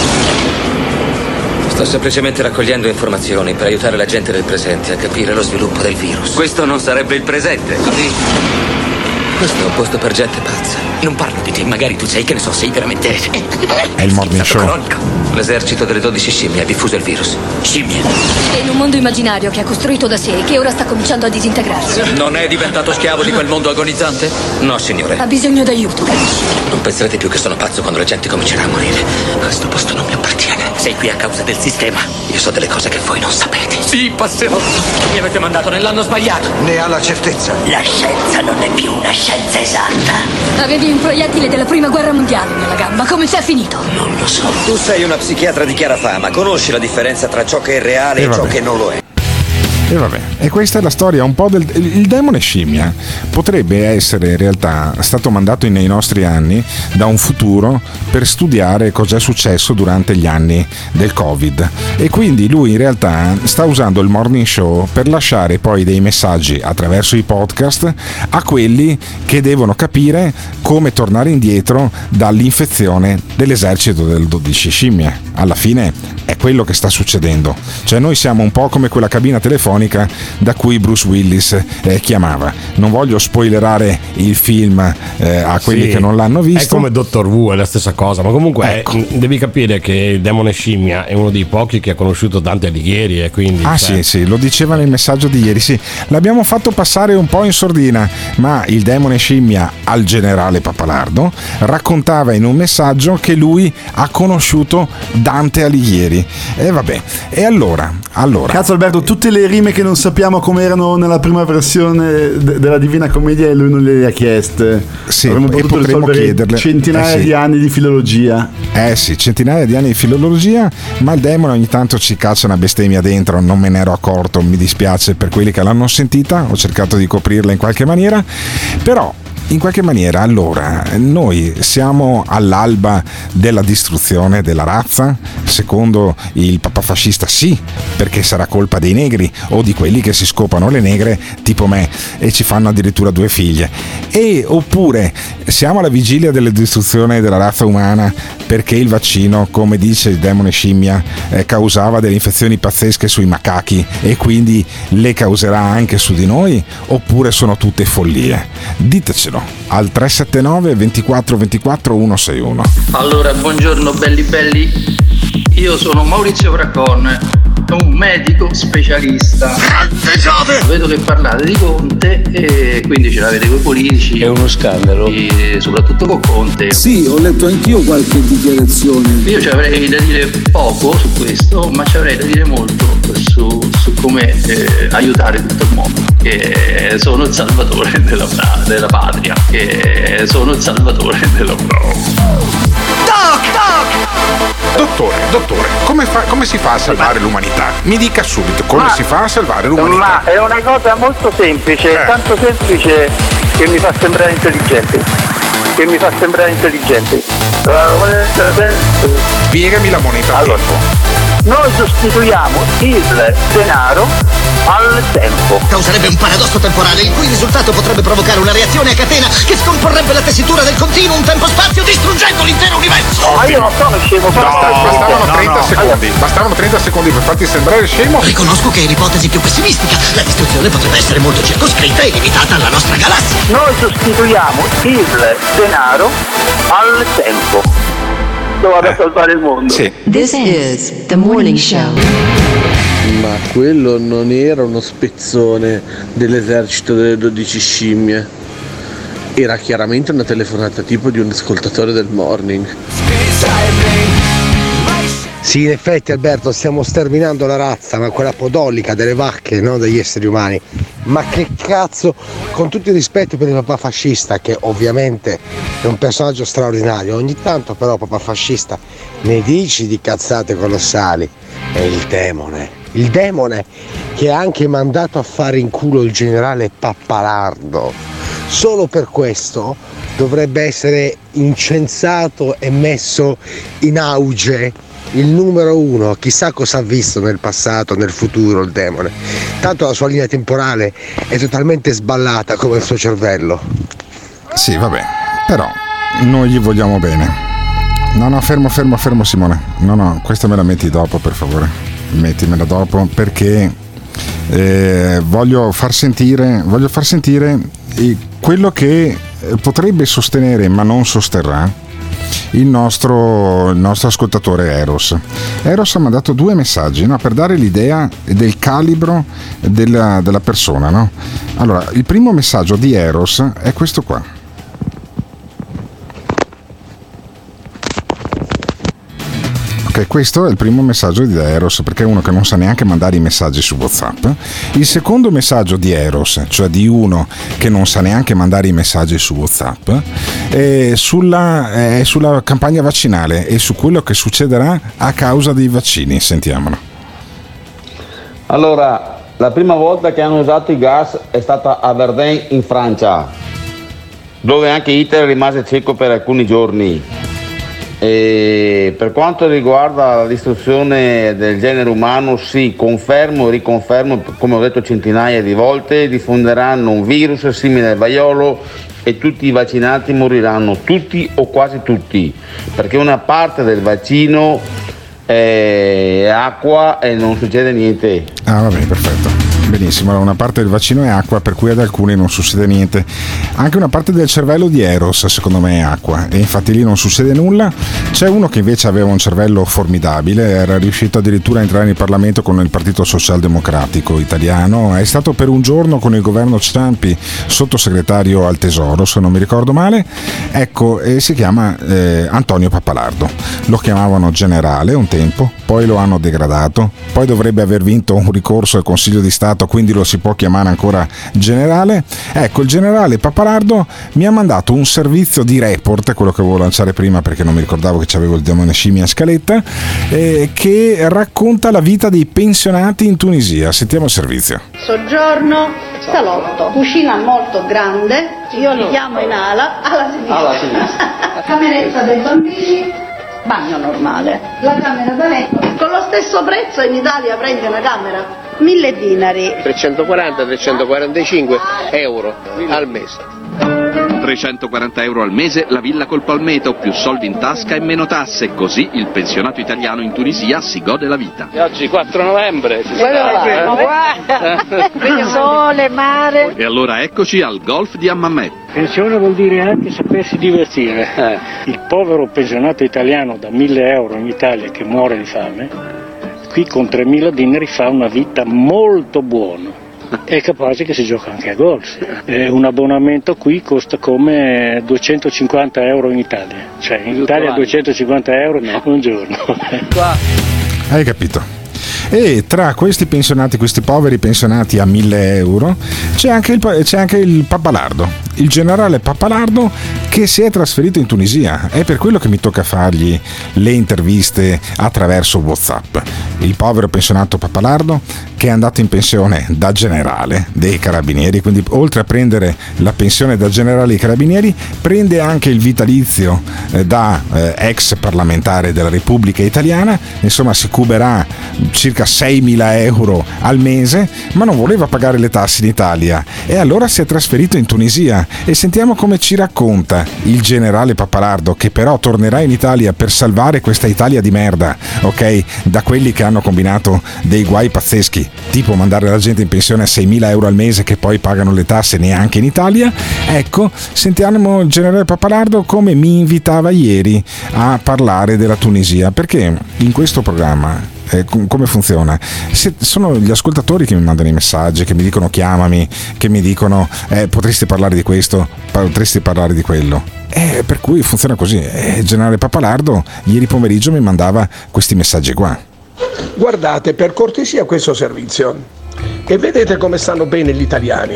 Sto semplicemente raccogliendo informazioni per aiutare la gente del presente a capire lo sviluppo del virus. Questo non sarebbe il presente. Sì. Questo è un posto per gente pazza. Non parlo di te, magari tu sei, che ne so, sei veramente... È il morning show. Cronico. L'esercito delle dodici scimmie ha diffuso il virus. Scimmie. È in un mondo immaginario che ha costruito da sé e che ora sta cominciando a disintegrarsi. Non è diventato schiavo di quel mondo agonizzante? No, signore. Ha bisogno d'aiuto, capisci? Non penserete più che sono pazzo quando la gente comincerà a morire. Questo posto non mi appartiene. Sei qui a causa del sistema. Io so delle cose che voi non sapete. Sì, passerò. Mi avete mandato nell'anno sbagliato. Ne ha la certezza. La scienza non è più una scienza esatta. Avevi un proiettile della prima guerra mondiale nella gamba. Come ci è finito? Non lo so. Tu sei una psichiatra di chiara fama. Conosci la differenza tra ciò che è reale E e, ciò vabbè. che non lo è? E vabbè, e questa è la storia un po' del il demone scimmia. Potrebbe essere in realtà stato mandato nei nostri anni da un futuro per studiare cos'è successo durante gli anni del Covid, e quindi lui in realtà sta usando il morning show per lasciare poi dei messaggi attraverso i podcast a quelli che devono capire come tornare indietro dall'infezione dell'esercito delle dodici scimmie. Alla fine è quello che sta succedendo, cioè noi siamo un po' come quella cabina telefonica da cui Bruce Willis eh, chiamava. Non voglio spoilerare il film eh, a quelli Sì, che non l'hanno visto. È come Doctor Who, è la stessa cosa, ma comunque Ecco. eh, devi capire che il demone scimmia è uno dei pochi che ha conosciuto Dante Alighieri, e quindi Ah cioè, sì, sì, lo diceva nel messaggio di ieri, sì. L'abbiamo fatto passare un po' in sordina, ma il demone scimmia al generale Pappalardo raccontava in un messaggio che lui ha conosciuto Dante Alighieri. E vabbè, e allora, allora... Cazzo Alberto, tutte le rime che non sappiamo come erano nella prima versione de- della Divina Commedia e lui non le ha chieste. Sì, Avremmo e potuto potremmo risolvere chiederle. centinaia Eh sì. di anni di filologia. Eh sì, centinaia di anni di filologia, ma il demone ogni tanto ci caccia una bestemmia dentro, non me ne ero accorto, mi dispiace per quelli che l'hanno sentita, ho cercato di coprirla in qualche maniera, però in qualche maniera allora noi siamo all'alba della distruzione della razza, secondo il papa fascista sì, perché sarà colpa dei negri o di quelli che si scopano le negre tipo me e ci fanno addirittura due figlie, e oppure siamo alla vigilia della distruzione della razza umana perché il vaccino, come dice il demone scimmia, eh, causava delle infezioni pazzesche sui macachi e quindi le causerà anche su di noi, oppure sono tutte follie? Ditecelo al tre sette nove ventiquattro ventiquattro centosessantuno. Allora, buongiorno belli belli, io sono Maurizio Fracon, un medico specialista. Vedo che parlate di Conte e quindi ce l'avete con i politici. È uno scandalo. E soprattutto con Conte. Sì, ho letto anch'io qualche dichiarazione. Io ci avrei da dire poco su questo, ma ci avrei da dire molto su, su come eh, aiutare tutto il mondo. Che sono il salvatore della, della patria. Che sono il salvatore della Dottore, dottore, come, fa, come si fa a salvare l'umanità? Mi dica subito come Ma- si fa a salvare l'umanità. Ma è una cosa molto semplice, Eh. tanto semplice che mi fa sembrare intelligente. Che mi fa sembrare intelligente. Spiegami la moneta allora, noi sostituiamo il denaro al tempo. Causerebbe un paradosso temporale, il cui risultato potrebbe provocare una reazione a catena che scomporrebbe la tessitura del continuum tempo-spazio, distruggendo l'intero universo. Ma io non sono scemo, sono No, bastavano no, trenta no. secondi, bastavano trenta secondi per farti sembrare scemo. Riconosco che è l'ipotesi più pessimistica. La distruzione potrebbe essere molto circoscritta e limitata alla nostra galassia. Noi sostituiamo il denaro al tempo. Dove vado a salvare il mondo. This is the morning show. Ma quello non era uno spezzone dell'esercito delle dodici scimmie. Era chiaramente una telefonata tipo di un ascoltatore del morning. Sì, in effetti Alberto, stiamo sterminando la razza, ma quella podolica delle vacche, non degli esseri umani. Ma che cazzo, con tutto il rispetto per il papà fascista, che ovviamente è un personaggio straordinario, ogni tanto però papà fascista ne dici di cazzate colossali. È il demone, il demone che ha anche mandato a fare in culo il generale Pappalardo. Solo per questo dovrebbe essere incensato e messo in auge il numero uno. Chissà cosa ha visto nel passato, nel futuro il demone. Tanto la sua linea temporale è totalmente sballata come il suo cervello. Sì, vabbè, però noi gli vogliamo bene. No, no, fermo, fermo, fermo Simone. No, no, questa me la metti dopo, per favore. Mettimela dopo perché eh, voglio far sentire, voglio far sentire eh, quello che potrebbe sostenere, ma non sosterrà, il nostro, il nostro ascoltatore Eros. Eros ha mandato due messaggi, no? Per dare l'idea del calibro della, della persona, no? Allora, il primo messaggio di Eros è questo qua. Ok, questo è il primo messaggio di Eros, perché è uno che non sa neanche mandare i messaggi su WhatsApp. Il secondo messaggio di Eros, cioè di uno che non sa neanche mandare i messaggi su WhatsApp, è sulla, è sulla campagna vaccinale e su quello che succederà a causa dei vaccini. Sentiamolo. Allora, la prima volta che hanno usato il gas è stata a Verdun in Francia, dove anche Hitler rimase cieco per alcuni giorni. E per quanto riguarda la distruzione del genere umano, sì, confermo e riconfermo, come ho detto centinaia di volte, diffonderanno un virus simile al vaiolo e tutti i vaccinati moriranno, tutti o quasi tutti, perché una parte del vaccino è acqua e non succede niente. Ah, va bene, perfetto. Benissimo, una parte del vaccino è acqua, per cui ad alcuni non succede niente. Anche una parte del cervello di Eros secondo me è acqua, e infatti lì non succede nulla. C'è uno che invece aveva un cervello formidabile, era riuscito addirittura a entrare in Parlamento con il Partito Socialdemocratico italiano, è stato per un giorno con il governo Ciampi sottosegretario al Tesoro, se non mi ricordo male. Ecco, e si chiama eh, Antonio Pappalardo. Lo chiamavano generale un tempo, poi lo hanno degradato, poi dovrebbe aver vinto un ricorso al Consiglio di Stato, quindi lo si può chiamare ancora generale. Ecco, il generale Pappalardo mi ha mandato un servizio di report, quello che volevo lanciare prima perché non mi ricordavo che c'avevo il demone scimmia in scaletta, eh, che racconta la vita dei pensionati in Tunisia. Sentiamo il servizio. Soggiorno, salotto, cucina molto grande, io li chiamo in ala, alla sinistra, alla sinistra. Cameretta dei bambini, bagno normale, la camera da letto, con lo stesso prezzo in Italia prendi una camera? Mille dinari. trecentoquaranta trecentoquarantacinque euro al mese. trecentoquaranta euro al mese la villa col palmeto, più soldi in tasca e meno tasse, così il pensionato italiano in Tunisia si gode la vita. E oggi quattro novembre. Guarda, sole, mare. E allora eccoci al golf di Hammamet. Pensione vuol dire anche sapersi divertire. Eh. Il povero pensionato italiano da mille euro in Italia che muore di fame, qui con tremila dinari fa una vita molto buona. È capace che si gioca anche a golf. Eh, un abbonamento qui costa come duecentocinquanta euro in Italia. Cioè in Italia duecentocinquanta euro no. Un giorno. Hai capito? E tra questi pensionati, questi poveri pensionati a mille euro, c'è anche, il, c'è anche il Pappalardo, il generale Pappalardo, che si è trasferito in Tunisia. È per quello che mi tocca fargli le interviste attraverso WhatsApp. Il povero pensionato Pappalardo, che è andato in pensione da generale dei carabinieri, quindi oltre a prendere la pensione da generale dei carabinieri, prende anche il vitalizio eh, da eh, ex parlamentare della Repubblica Italiana. Insomma, si cuberà circa seimila euro al mese, ma non voleva pagare le tasse in Italia e allora si è trasferito in Tunisia. E sentiamo come ci racconta il generale Pappalardo, che però tornerà in Italia per salvare questa Italia di merda, ok? Da quelli che hanno combinato dei guai pazzeschi, tipo mandare la gente in pensione a seimila euro al mese che poi pagano le tasse neanche in Italia. Ecco, sentiamo il generale Pappalardo come mi invitava ieri a parlare della Tunisia, perché in questo programma Eh, come funziona? Se sono gli ascoltatori che mi mandano i messaggi, che mi dicono chiamami, che mi dicono eh, potresti parlare di questo, potresti parlare di quello. Eh, per cui funziona così. Eh, il generale Pappalardo ieri pomeriggio mi mandava questi messaggi qua. Guardate per cortesia questo servizio e vedete come stanno bene gli italiani,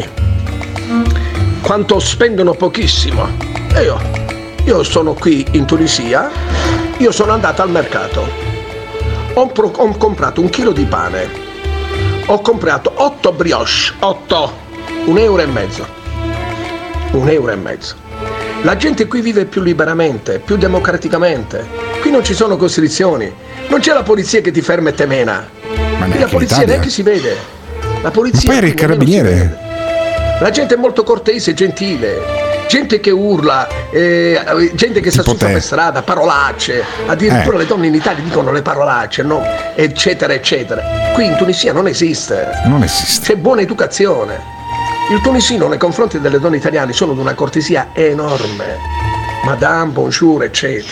quanto spendono pochissimo. E io, io sono qui in Tunisia, io sono andato al mercato. Ho, pro- ho comprato un chilo di pane, ho comprato otto brioche, otto, un euro e mezzo, un euro e mezzo. La gente qui vive più liberamente, più democraticamente, qui non ci sono costrizioni, non c'è la polizia che ti ferma e te mena, qui la polizia neanche si vede, la polizia ma poi il carabiniere. La gente è molto cortese e gentile. Gente che urla, eh, gente che si assusta per strada, parolacce, addirittura eh. le donne in Italia dicono le parolacce, no? Eccetera, eccetera. Qui in Tunisia non esiste. Non esiste. C'è buona educazione. Il tunisino nei confronti delle donne italiane sono di una cortesia enorme. madame, bonjour, eccetera.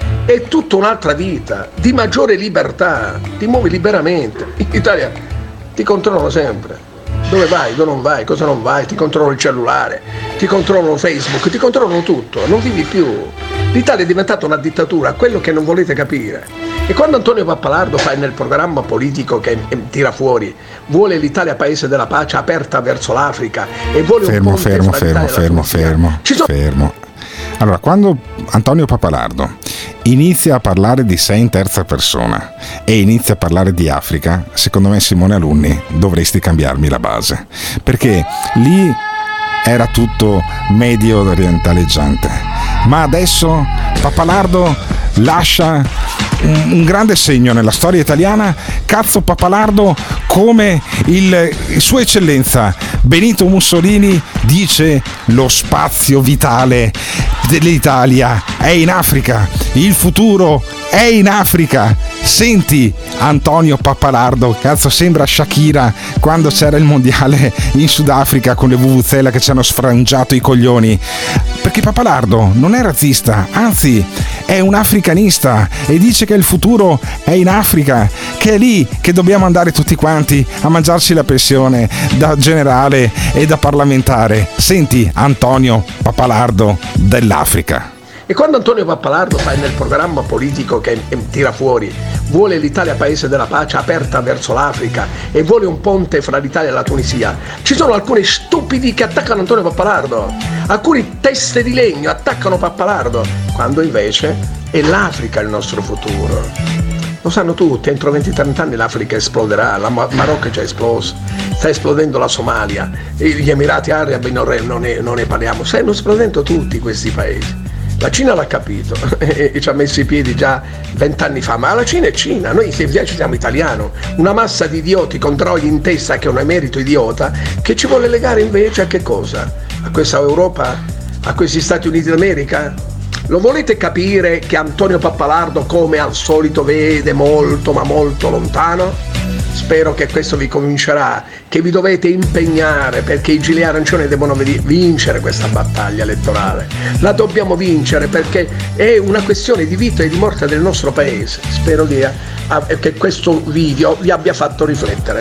È tutta un'altra vita, di maggiore libertà, ti muovi liberamente. In Italia ti controllano sempre. Dove vai, dove non vai, cosa non vai, ti controllano il cellulare, ti controllano Facebook, ti controllano tutto, non vivi più. L'Italia è diventata una dittatura, quello che non volete capire. E quando Antonio Pappalardo fa nel programma politico che tira fuori, vuole l'Italia paese della pace aperta verso l'Africa e vuole fermo, un ponte fermo, fra fermo, l'Italia e la fermo, Tunisia. fermo, Ci sono... fermo. Allora, quando Antonio Pappalardo inizia a parlare di sé in terza persona e inizia a parlare di Africa, secondo me, Simone Alunni, dovresti cambiarmi la base, perché lì era tutto medio orientaleggiante, ma adesso Pappalardo lascia un, un grande segno nella storia italiana. Cazzo, Pappalardo, come il, il Sua Eccellenza Benito Mussolini dice: lo spazio vitale dell'Italia è in Africa, il futuro è in Africa. Senti Antonio Pappalardo, cazzo, sembra Shakira quando c'era il mondiale in Sudafrica con le vuvuzela che ci hanno sfrangiato i coglioni, perché Pappalardo non è razzista, anzi è un africanista e dice che il futuro è in Africa, che è lì che dobbiamo andare tutti quanti a mangiarci la pensione da generale e da parlamentare. Senti Antonio Pappalardo dell'Africa. E quando Antonio Pappalardo fa nel programma politico che tira fuori, vuole l'Italia paese della pace aperta verso l'Africa e vuole un ponte fra l'Italia e la Tunisia, ci sono alcuni stupidi che attaccano Antonio Pappalardo, alcuni teste di legno attaccano Pappalardo, quando invece è l'Africa il nostro futuro. Lo sanno tutti, entro venti trenta anni l'Africa esploderà, la Marocco è già esplosa, sta esplodendo la Somalia, gli Emirati Arabi non ne, non ne parliamo, stanno esplodendo tutti questi paesi. La Cina l'ha capito e ci ha messo i piedi già vent'anni fa, ma la Cina è Cina, noi ci siamo italiani, una massa di idioti con droghi in testa che è un emerito idiota che ci vuole legare invece a che cosa? A questa Europa? A questi Stati Uniti d'America? Lo volete capire che Antonio Pappalardo come al solito vede molto ma molto lontano? Spero che questo vi convincerà, che vi dovete impegnare perché i gilet arancioni devono vincere questa battaglia elettorale. La dobbiamo vincere perché è una questione di vita e di morte del nostro paese. Spero di, eh, che questo video vi abbia fatto riflettere.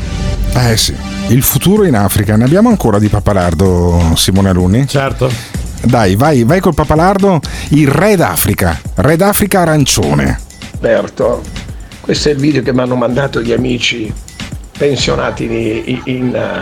Eh sì, il futuro in Africa. Ne abbiamo ancora di Pappalardo, Simone Alunni? Certo. Dai, vai, vai col Pappalardo, il re d'Africa, re d'Africa arancione. Certo, questo è il video che mi hanno mandato gli amici pensionati in, in,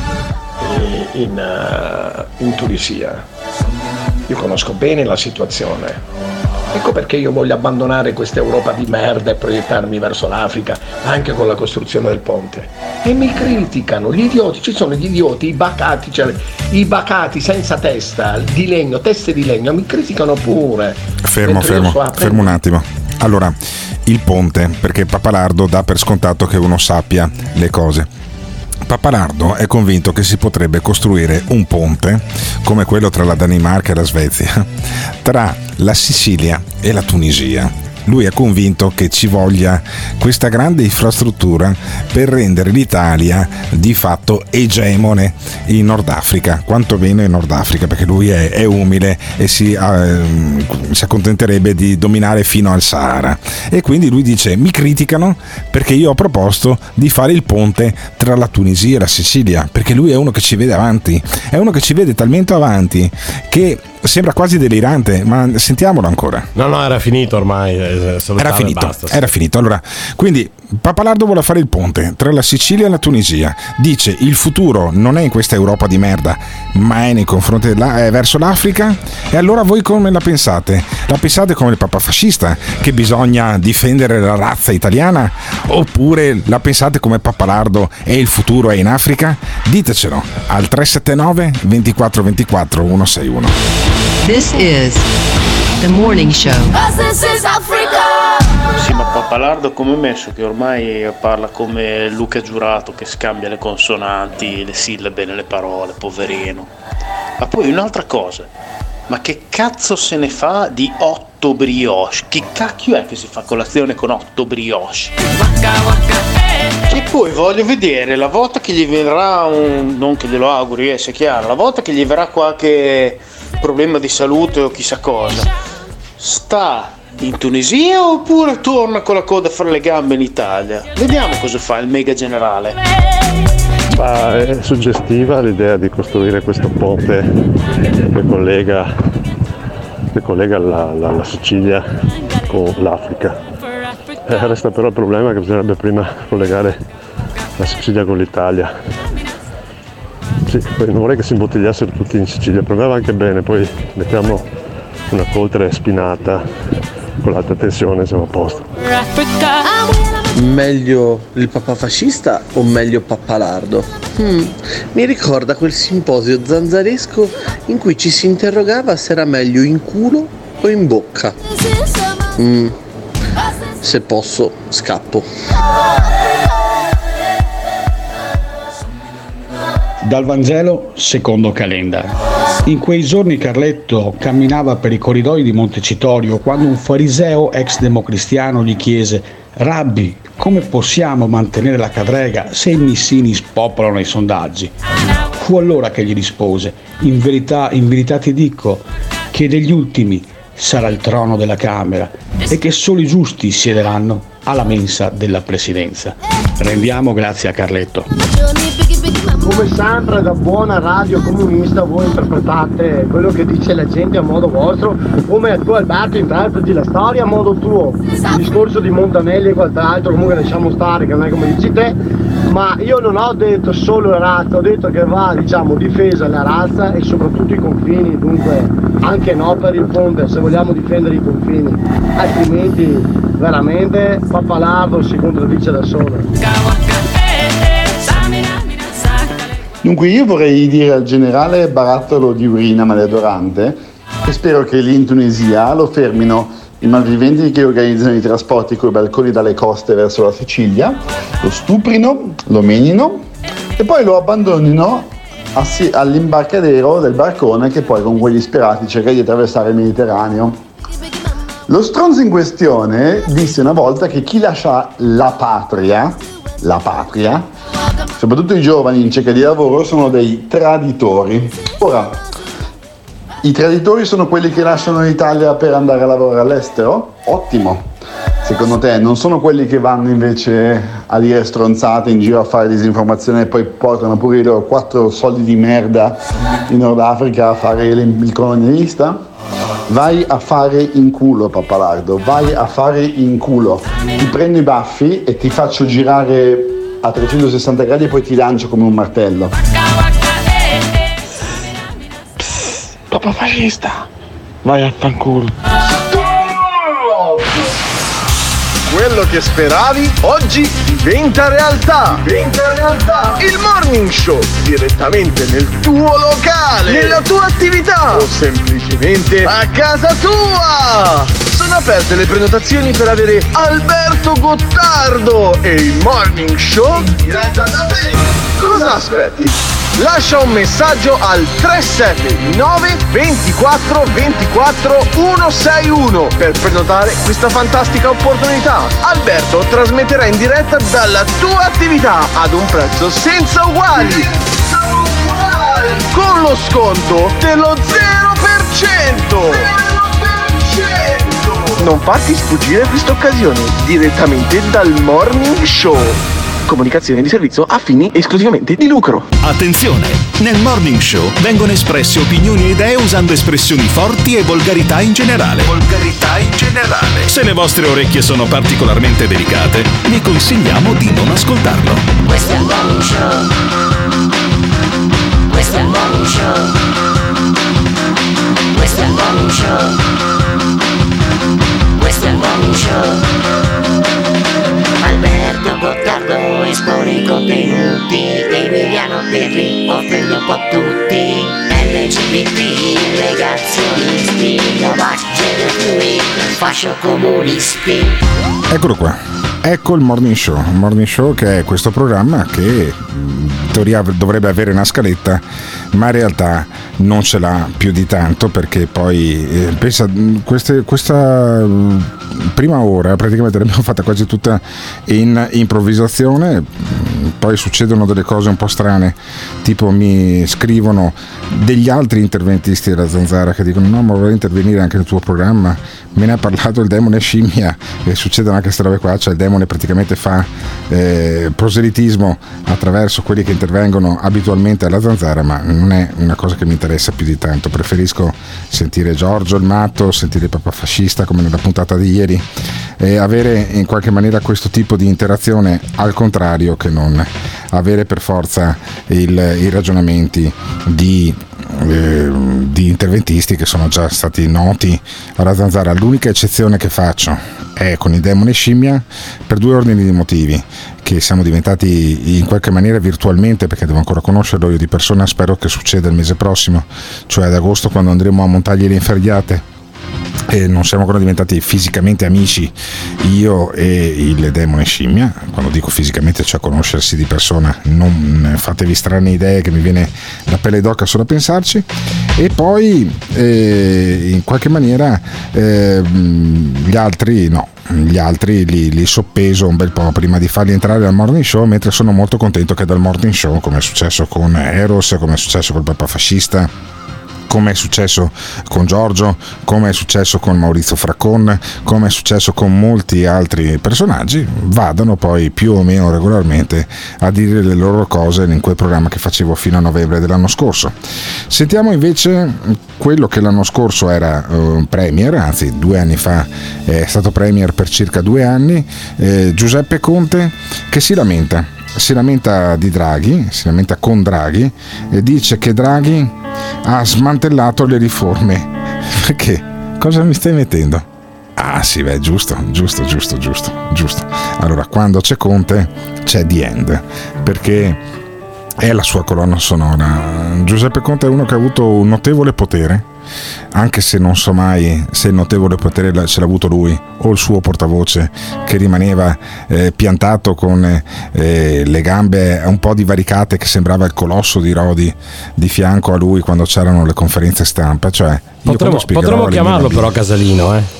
in, in, in Tunisia. Io conosco bene la situazione. Ecco perché io voglio abbandonare questa Europa di merda e proiettarmi verso l'Africa, anche con la costruzione del ponte. E mi criticano, gli idioti, ci sono gli idioti, i bacati, cioè, i bacati senza testa, di legno, teste di legno, mi criticano pure. Fermo, fermo, so, fermo un attimo. Allora, il ponte, perché Pappalardo dà per scontato che uno sappia le cose. Pappalardo è convinto che si potrebbe costruire un ponte come quello tra la Danimarca e la Svezia, tra la Sicilia e la Tunisia. Lui è convinto che ci voglia questa grande infrastruttura per rendere l'Italia di fatto egemone in Nord Africa, quantomeno in Nord Africa, perché lui è, è umile e si, eh, si accontenterebbe di dominare fino al Sahara. E quindi lui dice: mi criticano perché io ho proposto di fare il ponte tra la Tunisia e la Sicilia, perché lui è uno che ci vede avanti, è uno che ci vede talmente avanti che sembra quasi delirante, ma sentiamolo ancora. No, no, era finito ormai. Era finito, basta, sì. era finito. Allora, quindi Pappalardo vuole fare il ponte tra la Sicilia e la Tunisia. Dice: il futuro non è in questa Europa di merda, ma è nei confronti della, è verso l'Africa. E allora voi come la pensate? La pensate come il papa fascista, che bisogna difendere la razza italiana? Oppure la pensate come Pappalardo e il futuro è in Africa? Ditecelo al tre sette nove ventiquattro ventiquattro centosessantuno. This is The Morning Show. This is Africa. Sì, ma Pappalardo come messo che ormai parla come Luca Giurato, che scambia le consonanti, le sillabe nelle parole, poverino. Ma poi un'altra cosa, ma che cazzo se ne fa di otto brioche? Che cacchio è che si fa colazione con otto brioche? Che poi voglio vedere la volta che gli verrà un, non che glielo auguri, eh, sia chiaro, la volta che gli verrà qualche problema di salute o chissà cosa. Sta in Tunisia oppure torna con la coda fra le gambe in Italia? Vediamo cosa fa il mega generale. Ma è suggestiva l'idea di costruire questo ponte che collega, che collega la, la, la Sicilia con l'Africa. Eh, resta però il problema che bisognerebbe prima collegare la Sicilia con l'Italia. Sì, poi non vorrei che si imbottigliassero tutti in Sicilia, però va anche bene, poi mettiamo una coltre spinata con l'alta tensione, siamo a posto. Meglio il papà fascista o meglio Pappalardo? Hmm, mi ricorda quel simposio zanzaresco in cui ci si interrogava se era meglio in culo o in bocca. Hmm, se posso, scappo. Dal Vangelo secondo Calenda. In quei giorni Carletto camminava per i corridoi di Montecitorio quando un fariseo ex democristiano gli chiese: Rabbi, come possiamo mantenere la cadrega se i missini spopolano i sondaggi? Fu allora che gli rispose: in verità, in verità ti dico che degli ultimi sarà il trono della Camera e che solo i giusti siederanno alla mensa della presidenza. Rendiamo grazie a Carletto. Come sempre da buona radio comunista voi interpretate quello che dice la gente a modo vostro, come tu Alberto interpreti la storia a modo tuo. Il discorso di Montanelli e quant'altro comunque lasciamo stare, che non è come dici te, ma io non ho detto solo la razza, ho detto che va, diciamo, difesa la razza e soprattutto i confini, dunque anche no per il ponte se vogliamo difendere i confini, altrimenti veramente Pappalardo si contraddice da solo. Dunque io vorrei dire al generale barattolo di urina maleodorante e spero che lì in Tunisia lo fermino i malviventi che organizzano i trasporti coi balconi dalle coste verso la Sicilia, lo stuprino, lo menino e poi lo abbandonino assi- all'imbarcadero del barcone che poi con quegli sperati cerca di attraversare il Mediterraneo. Lo stronzo in questione disse una volta che chi lascia la patria, la patria, soprattutto i giovani in cerca di lavoro, sono dei traditori. Ora, i traditori sono quelli che lasciano l'Italia per andare a lavorare all'estero? Ottimo. Secondo te non sono quelli che vanno invece a dire stronzate in giro a fare disinformazione e poi portano pure i loro quattro soldi di merda in Nord Africa a fare il colonialista? Vai a fare in culo, Pappalardo, vai a fare in culo. Ti prendo i baffi e ti faccio girare a trecentosessanta gradi e poi ti lancio come un martello. Psst, papà fascista, vai a fanculo. Quello che speravi oggi diventa realtà. Diventa realtà. Il Morning Show direttamente nel tuo locale, nella tua attività o semplicemente a casa tua. Sono aperte le prenotazioni per avere Alberto Gottardo e il Morning Show in diretta da te. Cosa aspetti? Lascia un messaggio al tre sette nove ventiquattro ventiquattro centosessantuno per prenotare questa fantastica opportunità. Alberto trasmetterà in diretta dalla tua attività ad un prezzo senza uguali, senza uguali. Con lo sconto dello zero per cento. Non farti sfuggire questa occasione direttamente dal Morning Show. Comunicazione di servizio a fini esclusivamente di lucro. Attenzione! Nel Morning Show vengono espresse opinioni e idee usando espressioni forti e volgarità in generale. Volgarità in generale. Se le vostre orecchie sono particolarmente delicate, vi consigliamo di non ascoltarlo. Questo è il Morning Show. Questo è il Morning Show. Questo è il Morning Show. Questo è il Morning Show. Alberto Gottardo espone i contenuti, Emiliano Pirri offende un po' tutti, L G B T, negazionisti, Novak, generi, fascio comunisti. Eccolo qua. Ecco il Morning Show, il Morning Show che è questo programma che in teoria dovrebbe avere una scaletta, ma in realtà non ce l'ha più di tanto, perché poi eh, pensa queste, questa prima ora praticamente l'abbiamo fatta quasi tutta in improvvisazione, poi succedono delle cose un po' strane, tipo mi scrivono degli altri interventisti della Zanzara che dicono no, ma vorrei intervenire anche nel tuo programma, me ne ha parlato il demone scimmia, e succedono anche queste robe qua, cioè il demone praticamente fa eh, proselitismo attraverso quelli che intervengono abitualmente alla Zanzara, ma non è una cosa che mi interessa più di tanto. Preferisco sentire Giorgio il matto, sentire il papà fascista come nella puntata di ieri, e avere in qualche maniera questo tipo di interazione, al contrario che non avere per forza il, i ragionamenti di, eh, di interventisti che sono già stati noti alla Zanzara. L'unica eccezione che faccio è con il demone scimmia, per due ordini di motivi: che siamo diventati in qualche maniera virtualmente, perché devo ancora conoscerlo io di persona, spero che succeda il mese prossimo, cioè ad agosto, quando andremo a montargli le inferriate, e non siamo ancora diventati fisicamente amici io e il demone scimmia. Quando dico fisicamente, cioè conoscersi di persona, non fatevi strane idee che mi viene la pelle d'oca solo a pensarci. E poi eh, in qualche maniera eh, gli altri no gli altri li, li soppeso un bel po' prima di farli entrare al morning show, mentre sono molto contento che dal morning show, come è successo con Eros, come è successo col papà fascista, come è successo con Giorgio, come è successo con Maurizio Fraccon, come è successo con molti altri personaggi, vadano poi più o meno regolarmente a dire le loro cose in quel programma che facevo fino a novembre dell'anno scorso. Sentiamo invece quello che l'anno scorso era un uh, premier, anzi due anni fa è stato premier per circa due anni, eh, Giuseppe Conte, che si lamenta. Si lamenta di Draghi, si lamenta con Draghi, e dice che Draghi ha smantellato le riforme. Perché? Cosa mi stai mettendo? Ah sì, beh, giusto, giusto, giusto, giusto, giusto. Allora, quando c'è Conte c'è The End, perché è la sua colonna sonora. Giuseppe Conte è uno che ha avuto un notevole potere, anche se non so mai se il notevole potere ce l'ha avuto lui o il suo portavoce, che rimaneva eh, piantato con eh, le gambe un po' divaricate, che sembrava il colosso di Rodi di fianco a lui quando c'erano le conferenze stampa. Cioè, io potremmo, potremmo chiamarlo però Casalino, eh?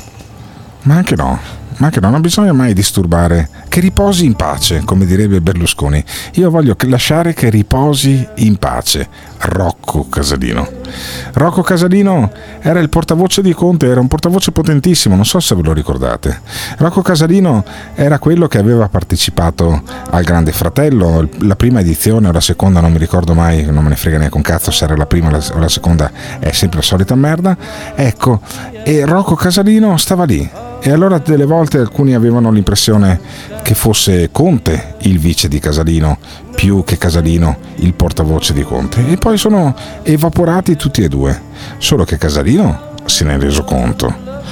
Ma anche no. Ma che no, non bisogna mai disturbare, che riposi in pace, come direbbe Berlusconi. Io voglio lasciare che riposi in pace Rocco Casalino. Rocco Casalino era il portavoce di Conte, era un portavoce potentissimo, non so se ve lo ricordate. Rocco Casalino era quello che aveva partecipato al Grande Fratello, la prima edizione o la seconda, non mi ricordo mai, non me ne frega neanche un cazzo se era la prima o la seconda, è sempre la solita merda. Ecco, e Rocco Casalino stava lì. E allora delle volte alcuni avevano l'impressione che fosse Conte il vice di Casalino più che Casalino il portavoce di Conte, e poi sono evaporati tutti e due, solo che Casalino se ne è reso conto.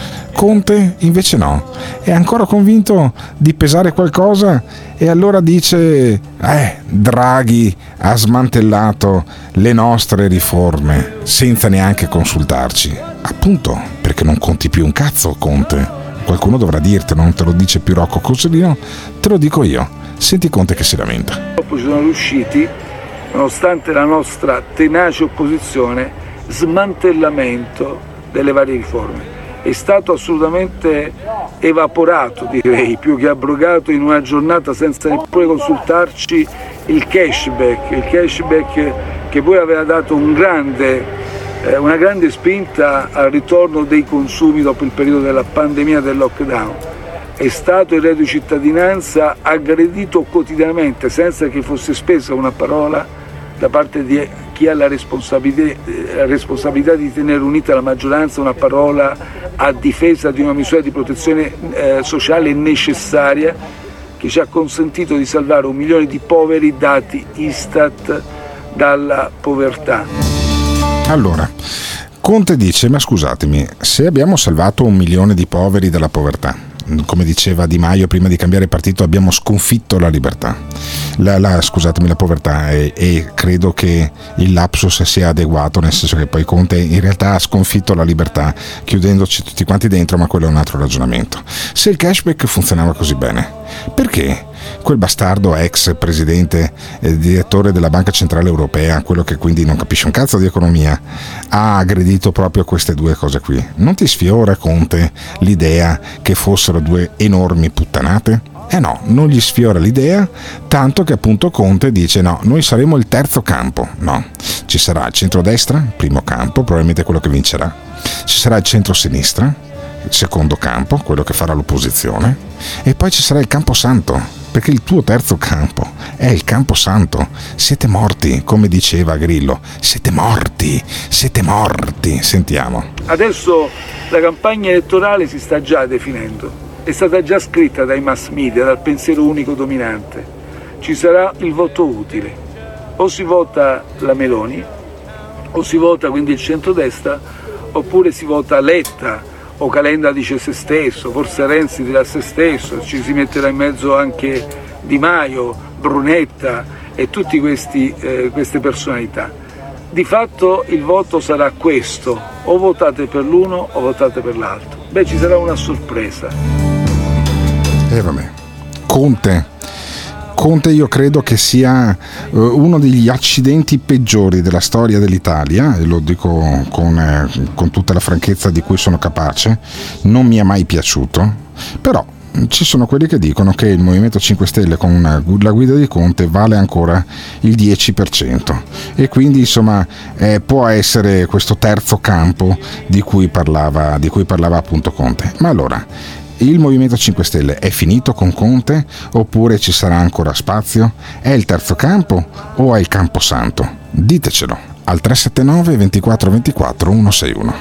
Conte invece no, è ancora convinto di pesare qualcosa, e allora dice eh, Draghi ha smantellato le nostre riforme senza neanche consultarci, appunto perché non conti più un cazzo Conte. Qualcuno dovrà dirtelo, non te lo dice più Rocco Casalino, te lo dico io. Senti Conte che si lamenta. Purtroppo ci sono riusciti, nonostante la nostra tenace opposizione, smantellamento delle varie riforme. È stato assolutamente evaporato, direi, più che abrogato in una giornata senza neppure consultarci, il cashback, il cashback che poi aveva dato un grande una grande spinta al ritorno dei consumi dopo il periodo della pandemia, del lockdown. È stato il reddito di cittadinanza aggredito quotidianamente senza che fosse spesa una parola da parte di chi ha la responsabilità, la responsabilità di tenere unita la maggioranza, una parola a difesa di una misura di protezione eh, sociale necessaria, che ci ha consentito di salvare un milione di poveri, dati Istat, dalla povertà. Allora, Conte dice, ma scusatemi, se abbiamo salvato un milione di poveri dalla povertà, come diceva Di Maio prima di cambiare partito, abbiamo sconfitto la libertà, la, la, scusatemi, la povertà, e, e credo che il lapsus sia adeguato, nel senso che poi Conte in realtà ha sconfitto la libertà chiudendoci tutti quanti dentro, ma quello è un altro ragionamento. Se il cashback funzionava così bene, perché quel bastardo ex presidente e direttore della Banca Centrale Europea, quello che quindi non capisce un cazzo di economia, ha aggredito proprio queste due cose qui. Non ti sfiora, Conte, l'idea che fossero due enormi puttanate? Eh no, non gli sfiora l'idea, tanto che appunto Conte dice no, noi saremo il terzo campo. No, ci sarà il centrodestra, primo campo, probabilmente quello che vincerà, ci sarà il centrosinistra, il secondo campo, quello che farà l'opposizione, e poi ci sarà il camposanto, perché il tuo terzo campo è il camposanto. Siete morti, come diceva Grillo, siete morti, siete morti. Sentiamo. Adesso la campagna elettorale si sta già definendo. È stata già scritta dai mass media, dal pensiero unico dominante. Ci sarà il voto utile. O si vota la Meloni, o si vota quindi il centrodestra, oppure si vota Letta, o Calenda dice se stesso, forse Renzi dirà se stesso, ci si metterà in mezzo anche Di Maio, Brunetta e tutte eh, queste personalità. Di fatto il voto sarà questo, o votate per l'uno o votate per l'altro. Beh, ci sarà una sorpresa. E eh vabbè, Conte, Conte io credo che sia uh, uno degli accidenti peggiori della storia dell'Italia, e lo dico con, eh, con tutta la franchezza di cui sono capace. Non mi è mai piaciuto, però ci sono quelli che dicono che il Movimento cinque Stelle con una, la guida di Conte vale ancora il dieci per cento, e quindi insomma eh, può essere questo terzo campo di cui parlava, di cui parlava appunto Conte. Ma allora, il Movimento cinque Stelle è finito con Conte oppure ci sarà ancora spazio? È il terzo campo o è il camposanto? Ditecelo al tre sette nove ventiquattro ventiquattro centosessantuno.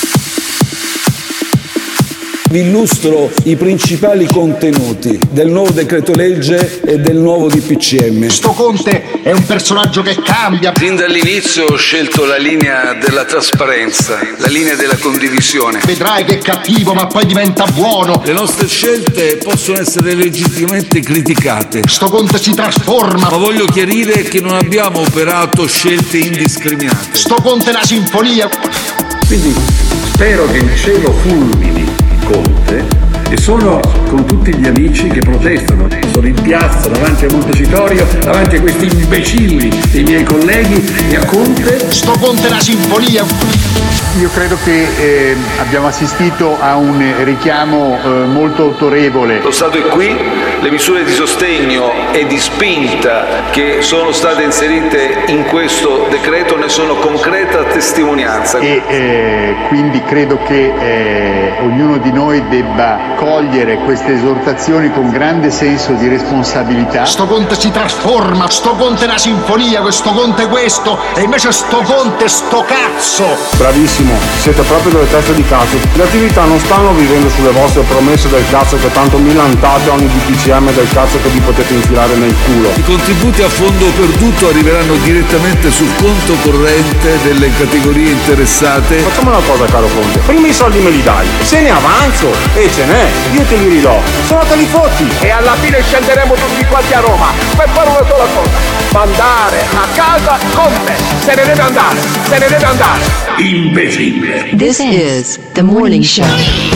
Vi illustro i principali contenuti del nuovo decreto legge e del nuovo D P C M. Sto Conte è un personaggio che cambia. Fin dall'inizio ho scelto la linea della trasparenza, la linea della condivisione. Vedrai che è cattivo ma poi diventa buono. Le nostre scelte possono essere legittimamente criticate. Sto Conte si trasforma. Ma voglio chiarire che non abbiamo operato scelte indiscriminate. Sto Conte è una sinfonia. Quindi spero che il cielo fulmini Conte, e sono con tutti gli amici che protestano, sono in piazza davanti a Montecitorio, davanti a questi imbecilli dei miei colleghi, e a Conte. Sto Conte è una sinfonia. Io credo che eh, abbiamo assistito a un richiamo eh, molto autorevole. Lo Stato è qui, le misure di sostegno e di spinta che sono state inserite in questo decreto ne sono concreta testimonianza. E eh, quindi credo che eh, ognuno di noi debba cogliere queste esortazioni con grande senso di responsabilità. Sto Conte si trasforma, sto Conte è una sinfonia, questo Conte è questo, e invece sto Conte è sto cazzo. Bravissimo. Siete proprio delle teste di cazzo. Le attività non stanno vivendo sulle vostre promesse del cazzo che tanto milantate ogni D P C M del cazzo che vi potete infilare nel culo. I contributi a fondo perduto arriveranno direttamente sul conto corrente delle categorie interessate. Facciamo una cosa, caro Conte, prima i soldi me li dai, se ne avanzo e ce n'è, io te li ridò, se no te li fotti. E alla fine scenderemo tutti quanti a Roma per fare una sola cosa: mandare a casa Conte. Se ne deve andare, se ne deve andare. Imbecille. This is the morning show.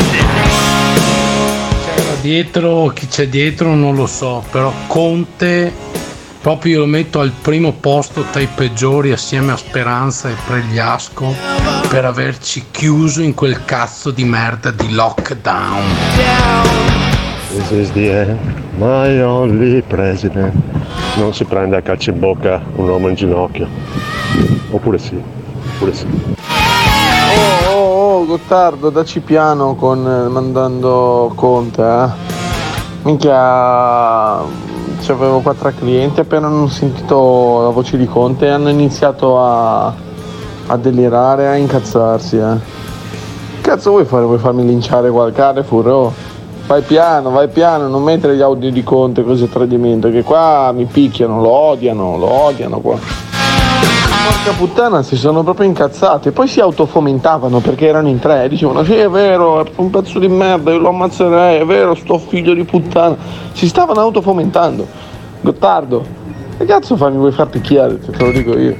C'era dietro, chi c'è dietro non lo so, però Conte proprio io lo metto al primo posto tra i peggiori assieme a Speranza e Pregliasco per averci chiuso in quel cazzo di merda di lockdown. This is the end, my only president. Non si prende a calci in bocca un uomo in ginocchio. Oppure sì, oppure sì. Oh, oh, oh, Gottardo, dacci piano con eh, mandando Conte, eh. Minchia, c'avevo quattro clienti, appena hanno sentito la voce di Conte hanno iniziato a, a delirare, a incazzarsi, eh. Cazzo vuoi fare? Vuoi farmi linciare qua al Carrefour? Oh, vai piano, vai piano, non mettere gli audio di Conte così a tradimento, che qua mi picchiano, lo odiano, lo odiano qua. Porca puttana, si sono proprio incazzati e poi si autofomentavano perché erano in tre, dicevano sì è vero, è un pezzo di merda, io lo ammazzerei, è vero, sto figlio di puttana. Si stavano autofomentando. Gottardo, che cazzo fai, mi vuoi far picchiare, te lo dico io.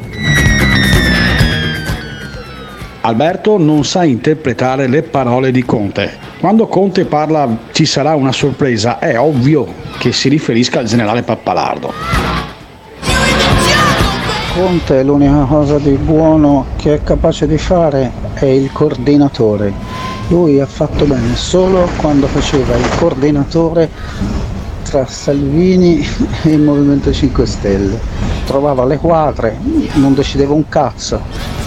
Alberto non sa interpretare le parole di Conte. Quando Conte parla ci sarà una sorpresa, è ovvio che si riferisca al generale Pappalardo. Conte l'unica cosa di buono che è capace di fare è il coordinatore. Lui ha fatto bene solo quando faceva il coordinatore tra Salvini e il Movimento cinque Stelle. Trovava le quadre, non decideva un cazzo.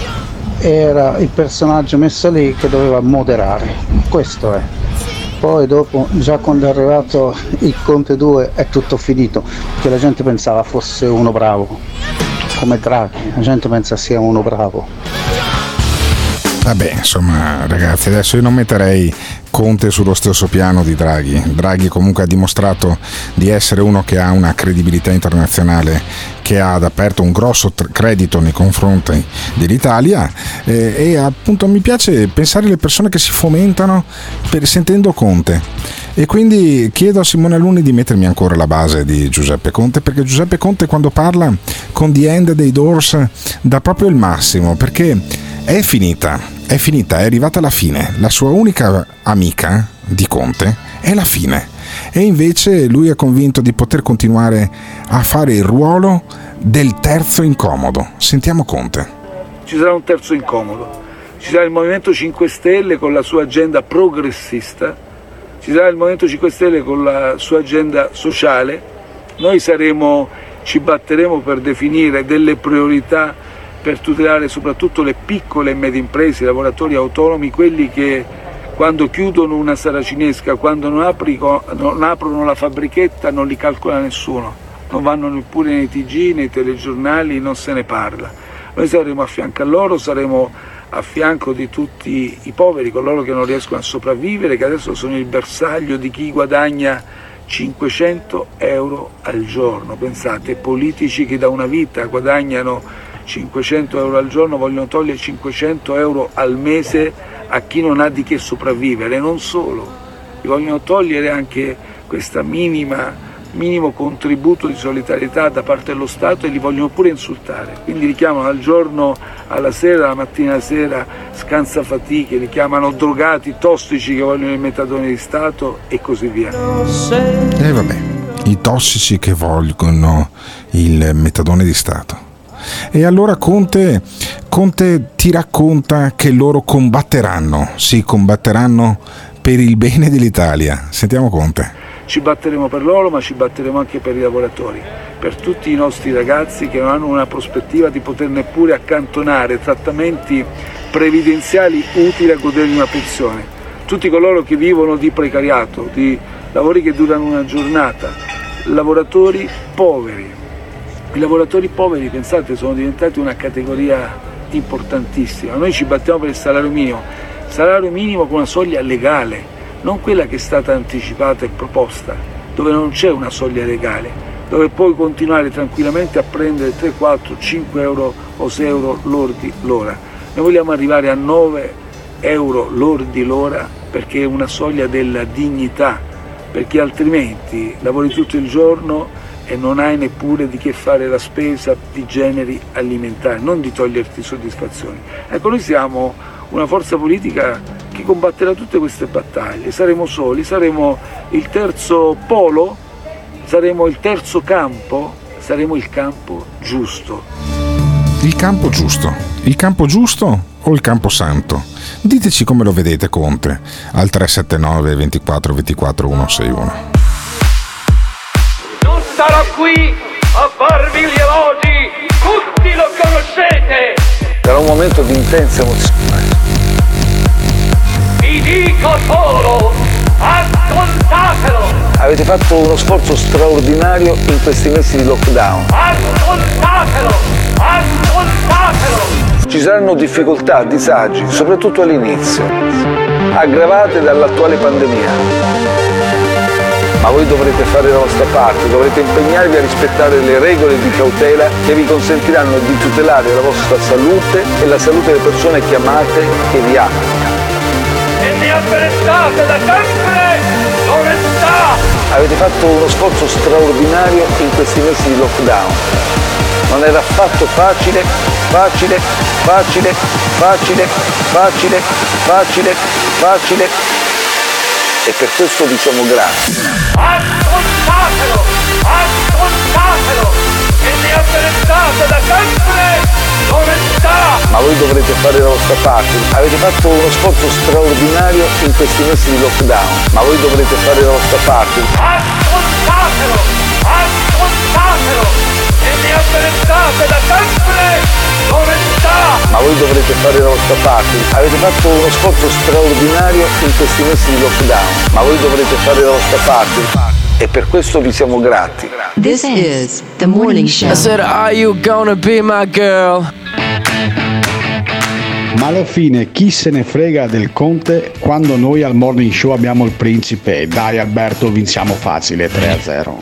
Era il personaggio messo lì che doveva moderare. Questo è. Poi dopo, già quando è arrivato il Conte due, è tutto finito, perché la gente pensava fosse uno bravo. Come Draghi, la gente pensa sia uno bravo. Vabbè, insomma, ragazzi, adesso io non metterei Conte sullo stesso piano di Draghi. Draghi comunque ha dimostrato di essere uno che ha una credibilità internazionale, che ha aperto un grosso tr- credito nei confronti dell'Italia, eh, e appunto mi piace pensare alle persone che si fomentano per, sentendo Conte. E quindi chiedo a Simone Alunni di mettermi ancora la base di Giuseppe Conte, perché Giuseppe Conte quando parla con The End dei Doors dà proprio il massimo, perché è finita, è finita, è arrivata la fine. La sua unica amica di Conte è la fine. E invece lui è convinto di poter continuare a fare il ruolo del terzo incomodo. Sentiamo Conte. Ci sarà un terzo incomodo. Ci sarà il Movimento cinque Stelle con la sua agenda progressista. Ci sarà il Movimento cinque Stelle con la sua agenda sociale. Noi saremo, ci batteremo per definire delle priorità per tutelare soprattutto le piccole e medie imprese, i lavoratori autonomi, quelli che quando chiudono una saracinesca, quando non, aprico, non aprono la fabbrichetta non li calcola nessuno, non vanno neppure nei T G, nei telegiornali, non se ne parla. Noi saremo a fianco a loro, saremo a fianco di tutti i poveri, coloro che non riescono a sopravvivere, che adesso sono il bersaglio di chi guadagna cinquecento euro al giorno. Pensate, politici che da una vita guadagnano cinquecento euro al giorno vogliono togliere cinquecento euro al mese a chi non ha di che sopravvivere. Non solo, gli vogliono togliere anche questa minima minimo contributo di solidarietà da parte dello Stato e li vogliono pure insultare. Quindi li chiamano al giorno, alla sera, la mattina alla sera scansafatiche, li chiamano drogati, tossici che vogliono il metadone di Stato e così via. E eh vabbè, i tossici che vogliono il metadone di Stato. E allora Conte, Conte ti racconta che loro combatteranno, sì, combatteranno per il bene dell'Italia. Sentiamo Conte. Ci batteremo per loro, ma ci batteremo anche per i lavoratori, per tutti i nostri ragazzi che non hanno una prospettiva di poter neppure accantonare trattamenti previdenziali utili a godere di una pensione. Tutti coloro che vivono di precariato, di lavori che durano una giornata, lavoratori poveri. I lavoratori poveri, pensate, sono diventati una categoria importantissima. Noi ci battiamo per il salario minimo, salario minimo con una soglia legale, non quella che è stata anticipata e proposta, dove non c'è una soglia legale, dove puoi continuare tranquillamente a prendere tre, quattro, cinque euro o sei euro lordi l'ora. Noi vogliamo arrivare a nove euro lordi l'ora perché è una soglia della dignità, perché altrimenti lavori tutto il giorno e non hai neppure di che fare la spesa di generi alimentari, non di toglierti soddisfazioni. Ecco, noi siamo una forza politica che combatterà tutte queste battaglie, saremo soli, saremo il terzo polo, saremo il terzo campo, saremo il campo giusto. Il campo giusto, il campo giusto o il campo santo? Diteci come lo vedete Conte al tre sette nove ventiquattro ventiquattro centosessantuno. Non starò qui a farvi gli elogi, tutti lo conoscete. Sarà un momento di intensa emozione. Vi dico solo, ascoltatelo! Avete fatto uno sforzo straordinario in questi mesi di lockdown. Ascoltatelo! Ascoltatelo! Ci saranno difficoltà, disagi, soprattutto all'inizio, aggravate dall'attuale pandemia. Ma voi dovrete fare la vostra parte, dovrete impegnarvi a rispettare le regole di cautela che vi consentiranno di tutelare la vostra salute e la salute delle persone che amate e vi amano. E ne apprezzate da sempre l'onestà! Avete fatto uno sforzo straordinario in questi mesi di lockdown. Non era affatto facile, facile, facile, facile, facile, facile, facile, e per questo vi siamo grati. Ascoltatelo, ascoltatelo, che ne ha pensato da sempre l'onestà. Ma voi dovrete fare la vostra parte, avete fatto uno sforzo straordinario in questi mesi di lockdown, ma voi dovrete fare la vostra parte. Ascoltatelo, ascoltatelo, che ne ha pensato da sempre l'onestà. Ma voi dovrete fare la vostra parte, avete fatto uno sforzo straordinario in questi mesi di lockdown, ma voi dovrete fare la vostra parte. E per questo vi siamo grati. This is the morning show. I said, are you gonna be my girl? Ma alla fine chi se ne frega del Conte quando noi al morning show abbiamo il principe? Dai Alberto, vinciamo facile tre a zero.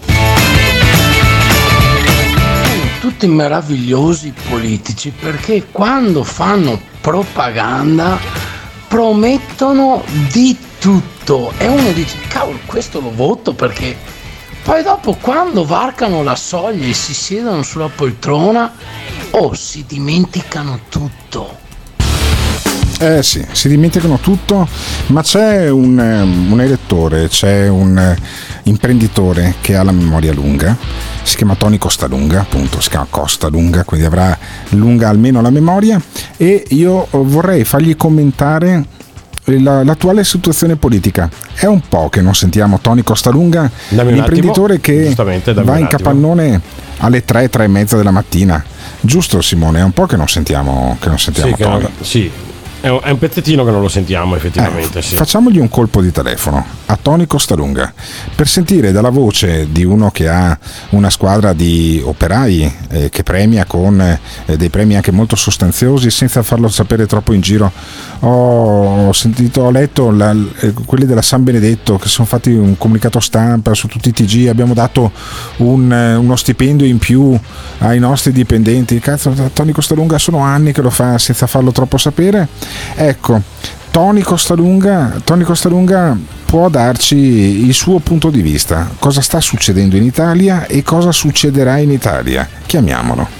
Tutti meravigliosi politici, perché quando fanno propaganda promettono di tutto e uno dice cavolo, questo lo voto, perché poi dopo quando varcano la soglia e si siedono sulla poltrona oh, si dimenticano tutto. Eh sì, si dimenticano tutto, ma c'è un, un elettore, c'è un imprenditore che ha la memoria lunga, si chiama Tony Costalunga, appunto, si chiama Costalunga, quindi avrà lunga almeno la memoria, e io vorrei fargli commentare la, l'attuale situazione politica. È un po' che non sentiamo Tony Costalunga, l'imprenditore che va in capannone alle tre, tre e mezza della mattina. Giusto Simone, è un po' che non sentiamo, che non sentiamo sì, Tony. Che non, sì. È un pezzettino che non lo sentiamo effettivamente. Eh, sì. Facciamogli un colpo di telefono a Tony Costalunga per sentire dalla voce di uno che ha una squadra di operai eh, che premia con eh, dei premi anche molto sostanziosi, senza farlo sapere troppo in giro. Oh, ho sentito, ho letto la, eh, quelli della San Benedetto che sono fatti un comunicato stampa su tutti i T G, abbiamo dato un, eh, uno stipendio in più ai nostri dipendenti. Cazzo, Tony Costalunga sono anni che lo fa senza farlo troppo sapere. Ecco, Tony Costalunga, Tony Costalunga può darci il suo punto di vista, cosa sta succedendo in Italia e cosa succederà in Italia. Chiamiamolo.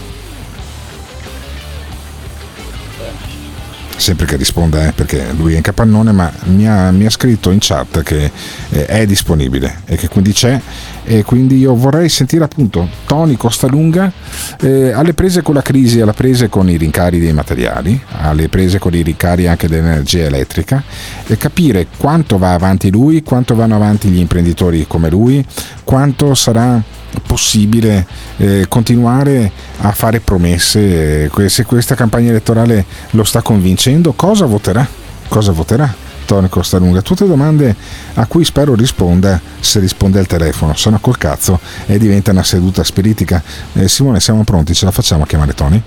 Sempre che risponda, eh, perché lui è in capannone, ma mi ha, mi ha scritto in chat che eh, è disponibile e che quindi c'è, e quindi io vorrei sentire appunto Tony Costalunga eh, alle prese con la crisi, alle prese con i rincari dei materiali, alle prese con i rincari anche dell'energia elettrica, e capire quanto va avanti lui, quanto vanno avanti gli imprenditori come lui, quanto sarà possibile eh, continuare a fare promesse, eh, se questa campagna elettorale lo sta convincendo. Cosa voterà? Cosa voterà Tony Costalunga? Tutte domande a cui spero risponda, se risponde al telefono, sono col cazzo e diventa una seduta spiritica. eh, Simone, siamo pronti? Ce la facciamo a chiamare Tony?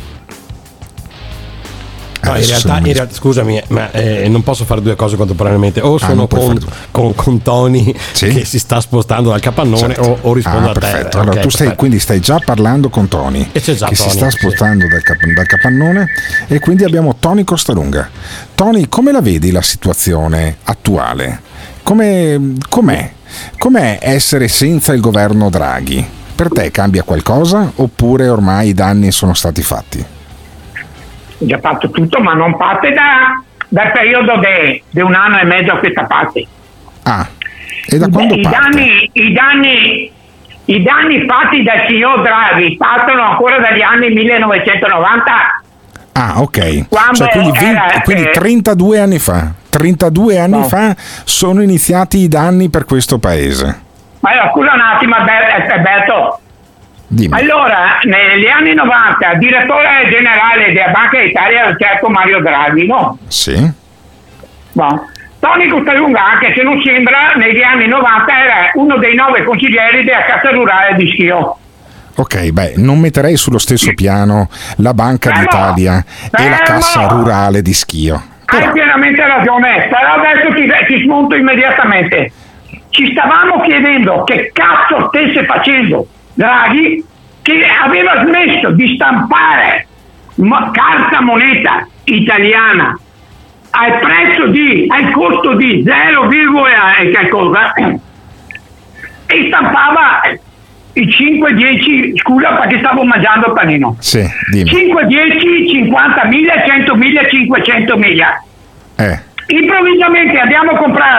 No, in realtà, in realtà, scusami, ma eh, non posso fare due cose contemporaneamente. O sono ah, con, con, con Tony sì? che si sta spostando dal capannone, certo. o, o rispondo ah, a te. Perfetto. Allora, okay, tu stai, perfetto. quindi stai già parlando con Tony, e c'è già che Tony, si sta spostando sì. dal, cap- dal capannone, e quindi abbiamo Tony Costalunga. Tony, come la vedi la situazione attuale? Come, com'è? Com'è essere senza il governo Draghi? Per te cambia qualcosa oppure ormai i danni sono stati fatti? Già fatto tutto, ma non parte da, dal periodo di un anno e mezzo a questa parte. Ah, e da quando I parte? danni, i danni, i danni fatti dal signor Draghi partono ancora dagli anni millenovecentonovanta. Ah, ok. Quando cioè, quindi, venti, era, quindi eh, trentadue anni fa. trentadue anni no. fa sono iniziati i danni per questo paese. Ma allora, scusa un attimo, Alberto. Dimmi. Allora, negli anni novanta, direttore generale della Banca d'Italia era un certo Mario Draghi, no? Sì. Bon. Tony Costalunga, anche se non sembra, negli anni novanta era uno dei nove consiglieri della Cassa Rurale di Schio. Ok, beh, non metterei sullo stesso piano la Banca Beh, d'Italia no. e Beh, la Cassa no. Rurale di Schio. Hai pienamente ragione, però adesso ti, ti smonto immediatamente. Ci stavamo chiedendo che cazzo stesse facendo Draghi, che aveva smesso di stampare mo- carta moneta italiana al prezzo di, al costo di zero, e qualcosa, e stampava i cinque dieci, scusa perché stavo mangiando il panino. Sì, dimmi. cinque dieci, cinquantamila, centomila, cinquecentomila. Eh. Improvvisamente andiamo a comprare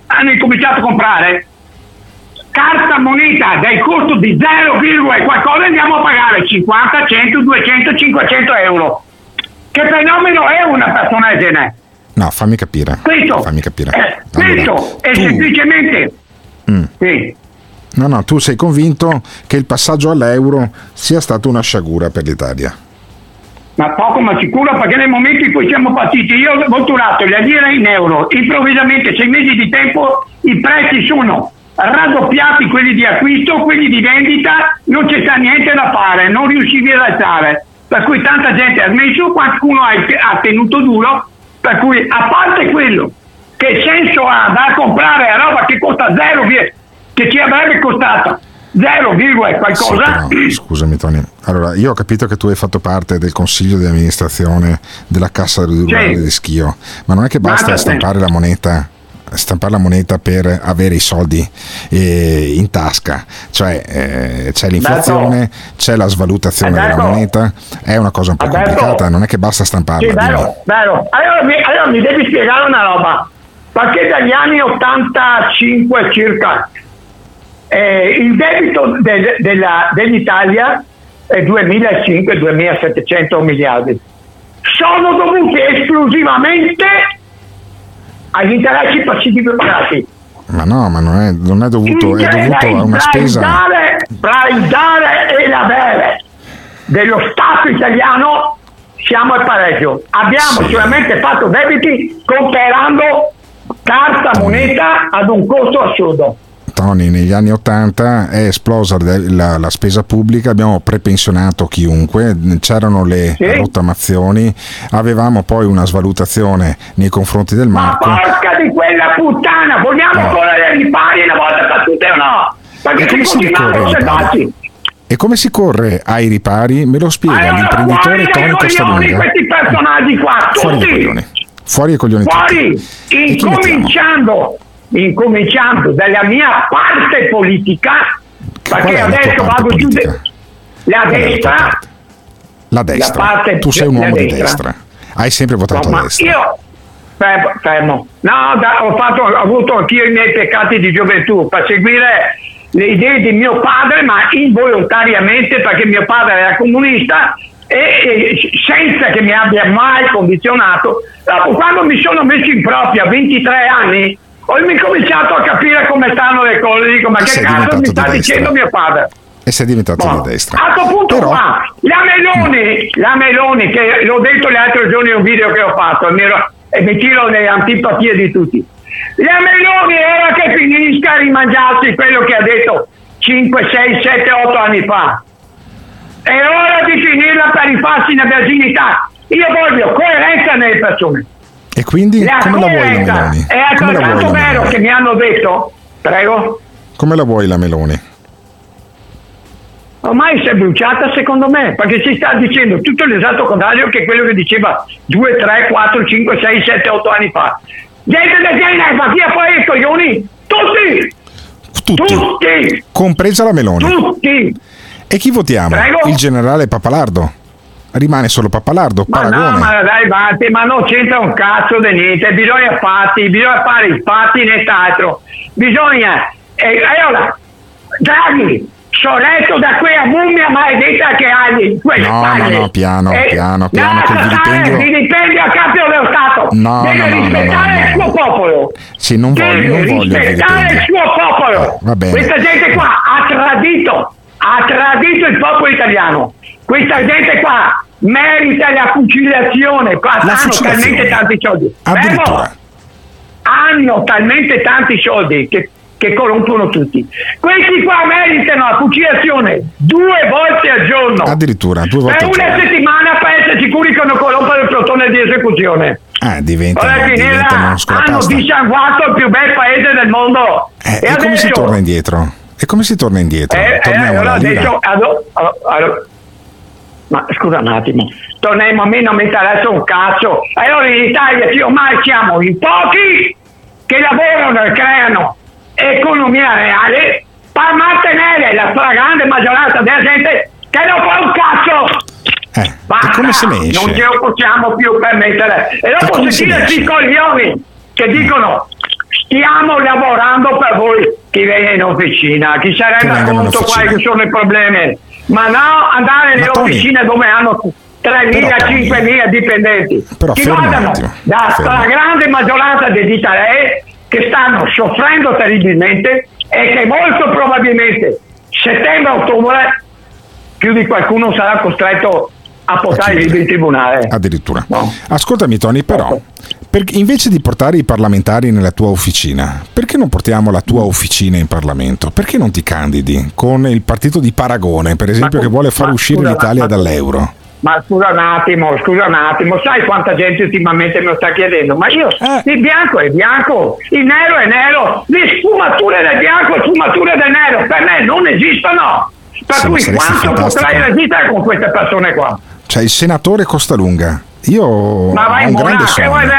hanno incominciato a comprare carta moneta del costo di zero, e qualcosa, andiamo a pagare cinquanta, cento, duecento, cinquecento euro. Che fenomeno è una persona del genere? No, fammi capire. Questo, fammi capire. Eh, allora, questo è tu... semplicemente mm. sì. No, no, tu sei convinto che il passaggio all'euro sia stato una sciagura per l'Italia? Ma poco ma sicuro, perché nel momento in cui siamo partiti, io ho maturato la lira in euro, improvvisamente sei mesi di tempo i prezzi sono raddoppiati, quelli di acquisto, quelli di vendita, non c'è sta niente da fare, non riuscivi ad alzare, per cui tanta gente ha smesso, qualcuno ha, ha tenuto duro, per cui a parte quello, che senso ha da comprare roba che costa zero, che ci avrebbe costato zero, qualcosa. Sì, però, scusami Tony, allora io ho capito che tu hai fatto parte del consiglio di amministrazione della Cassa Rurale sì. di Schio, ma non è che basta stampare la moneta stampare la moneta per avere i soldi eh, in tasca, cioè eh, c'è l'inflazione, Alberto. c'è la svalutazione Alberto. della moneta, è una cosa un po' Alberto. complicata, non è che basta stamparla. Sì, vero, vero. Allora, mi, allora mi devi spiegare una roba, perché dagli anni ottantacinque circa eh, il debito del, della, dell'Italia è duemilacinque duemilasettecento miliardi, sono dovuti esclusivamente agli interessi passivi bloccati. Ma no, ma non è, non è dovuto, è dovuto a una spesa. Tra il dare e l'avere dello Stato italiano siamo al pareggio. Abbiamo sì. solamente fatto debiti comprando carta moneta ad un costo assurdo. Tony, negli anni ottanta è esplosa la, la spesa pubblica, abbiamo prepensionato chiunque, c'erano le sì. rottamazioni, avevamo poi una svalutazione nei confronti del marco. Ma porca di quella puttana, vogliamo no. correre ai ripari una volta per tutte o no? Perché se continuiamo a osservarci. E come si corre ai ripari? Me lo spiega allora, l'imprenditore Tony Costalunga. Questi personaggi qua, tutti. Fuori i coglioni. Fuori i coglioni. Fuori, incominciando. incominciando dalla mia parte politica, perché adesso vado giù de- la destra la destra la parte, tu sei un uomo destra. di destra, hai sempre votato no, a destra. Io fermo, fermo. no da, ho, fatto, ho avuto anch'io i miei peccati di gioventù per seguire le idee di mio padre, ma involontariamente, perché mio padre era comunista e, e senza che mi abbia mai condizionato. Dopo, quando mi sono messo in proprio a ventitré anni, ho cominciato a capire come stanno le cose, dico ma che cazzo mi sta dicendo mio padre? E sei diventato no. di destra. A questo punto Però... qua, la Meloni, la Meloni, che l'ho detto l'altro giorno in un video che ho fatto, e mi, e mi tiro le antipatie di tutti. La Meloni era che finisca a rimangiarsi quello che ha detto cinque, sei, sette, otto anni fa. È ora di finirla per rifarsi una verginità. Io voglio coerenza nelle persone. E quindi la come la vuoi la Meloni? È altrettanto vero che mi hanno detto, prego? Come la vuoi la Meloni? Ormai si è bruciata secondo me, perché si sta dicendo tutto l'esatto contrario che quello che diceva due, tre, quattro, cinque, sei, sette, otto anni fa. Gente del genere, ma via fuori i coglioni, tutti! Tutti! Tutti! Compresa la Meloni. Tutti! E chi votiamo? Prego? Il generale Pappalardo? Rimane solo Pappalardo, ma Paragone. No, ma dai avanti, ma non c'entra un cazzo di niente, bisogna fatti, bisogna fare i fatti nient'altro. Bisogna, eh, allora, Draghi, sorretto da quella mummia maledetta che hai quelle no, spalle. No, no, piano, eh, piano, piano, che il vilipendio... vilipendio a capo dello Stato. No, deve no, no, rispettare no, no, no. il suo popolo. Sì, non voglio, deve non voglio rispettare il suo popolo. Va bene. Questa gente qua ha tradito, ha tradito il popolo italiano. Questa gente qua merita la fucilazione. Qua la hanno fucilazione. talmente tanti soldi. Addirittura. Hanno talmente tanti soldi che, che corrompono tutti. Questi qua meritano la fucilazione due volte al giorno. Addirittura due volte per al una giorno. settimana per essere sicuri che non corrompono il plotone di esecuzione. Ah, diventano, Ora diventano hanno dissanguato il più bel paese del mondo. Eh, e e adesso, come si torna indietro? E come si torna indietro? Eh, Torniamo eh, allora alla lira. adesso, allora, allora, ma scusa un attimo, torniamo, a me non mi interessa un cazzo. Allora in Italia sì, ormai siamo in pochi che lavorano e creano economia reale per mantenere la stragrande maggioranza della gente che non fa un cazzo. Eh, Basta, e come se ne esce? non ce lo possiamo più permettere. E dopo sentire questi coglioni che dicono stiamo lavorando per voi. Chi viene in officina, chi si rende conto quali sono i problemi, ma no andare nelle Tony, officine dove hanno tremila cinquemila dipendenti, però che fermo vadano un attimo, da fermo. la grande maggioranza degli italiani che stanno soffrendo terribilmente e che molto probabilmente settembre-ottobre più di qualcuno sarà costretto a portare il libro in tribunale. Addirittura. No. Ascoltami Tony, però, per, invece di portare i parlamentari nella tua officina, perché non portiamo la tua officina in Parlamento? Perché non ti candidi con il partito di Paragone, per esempio, ma, che vuole far uscire scusa, l'Italia ma, dall'euro? Ma scusa un attimo, scusa un attimo, sai quanta gente ultimamente me lo sta chiedendo? Ma io, eh. il bianco è bianco, il nero è nero, le sfumature del bianco e sfumature del nero per me non esistono. Per sì, cui quanto potrai resistere con queste persone qua? C'è il senatore Costalunga. Io ma vai ho un in grande monacca, sogno.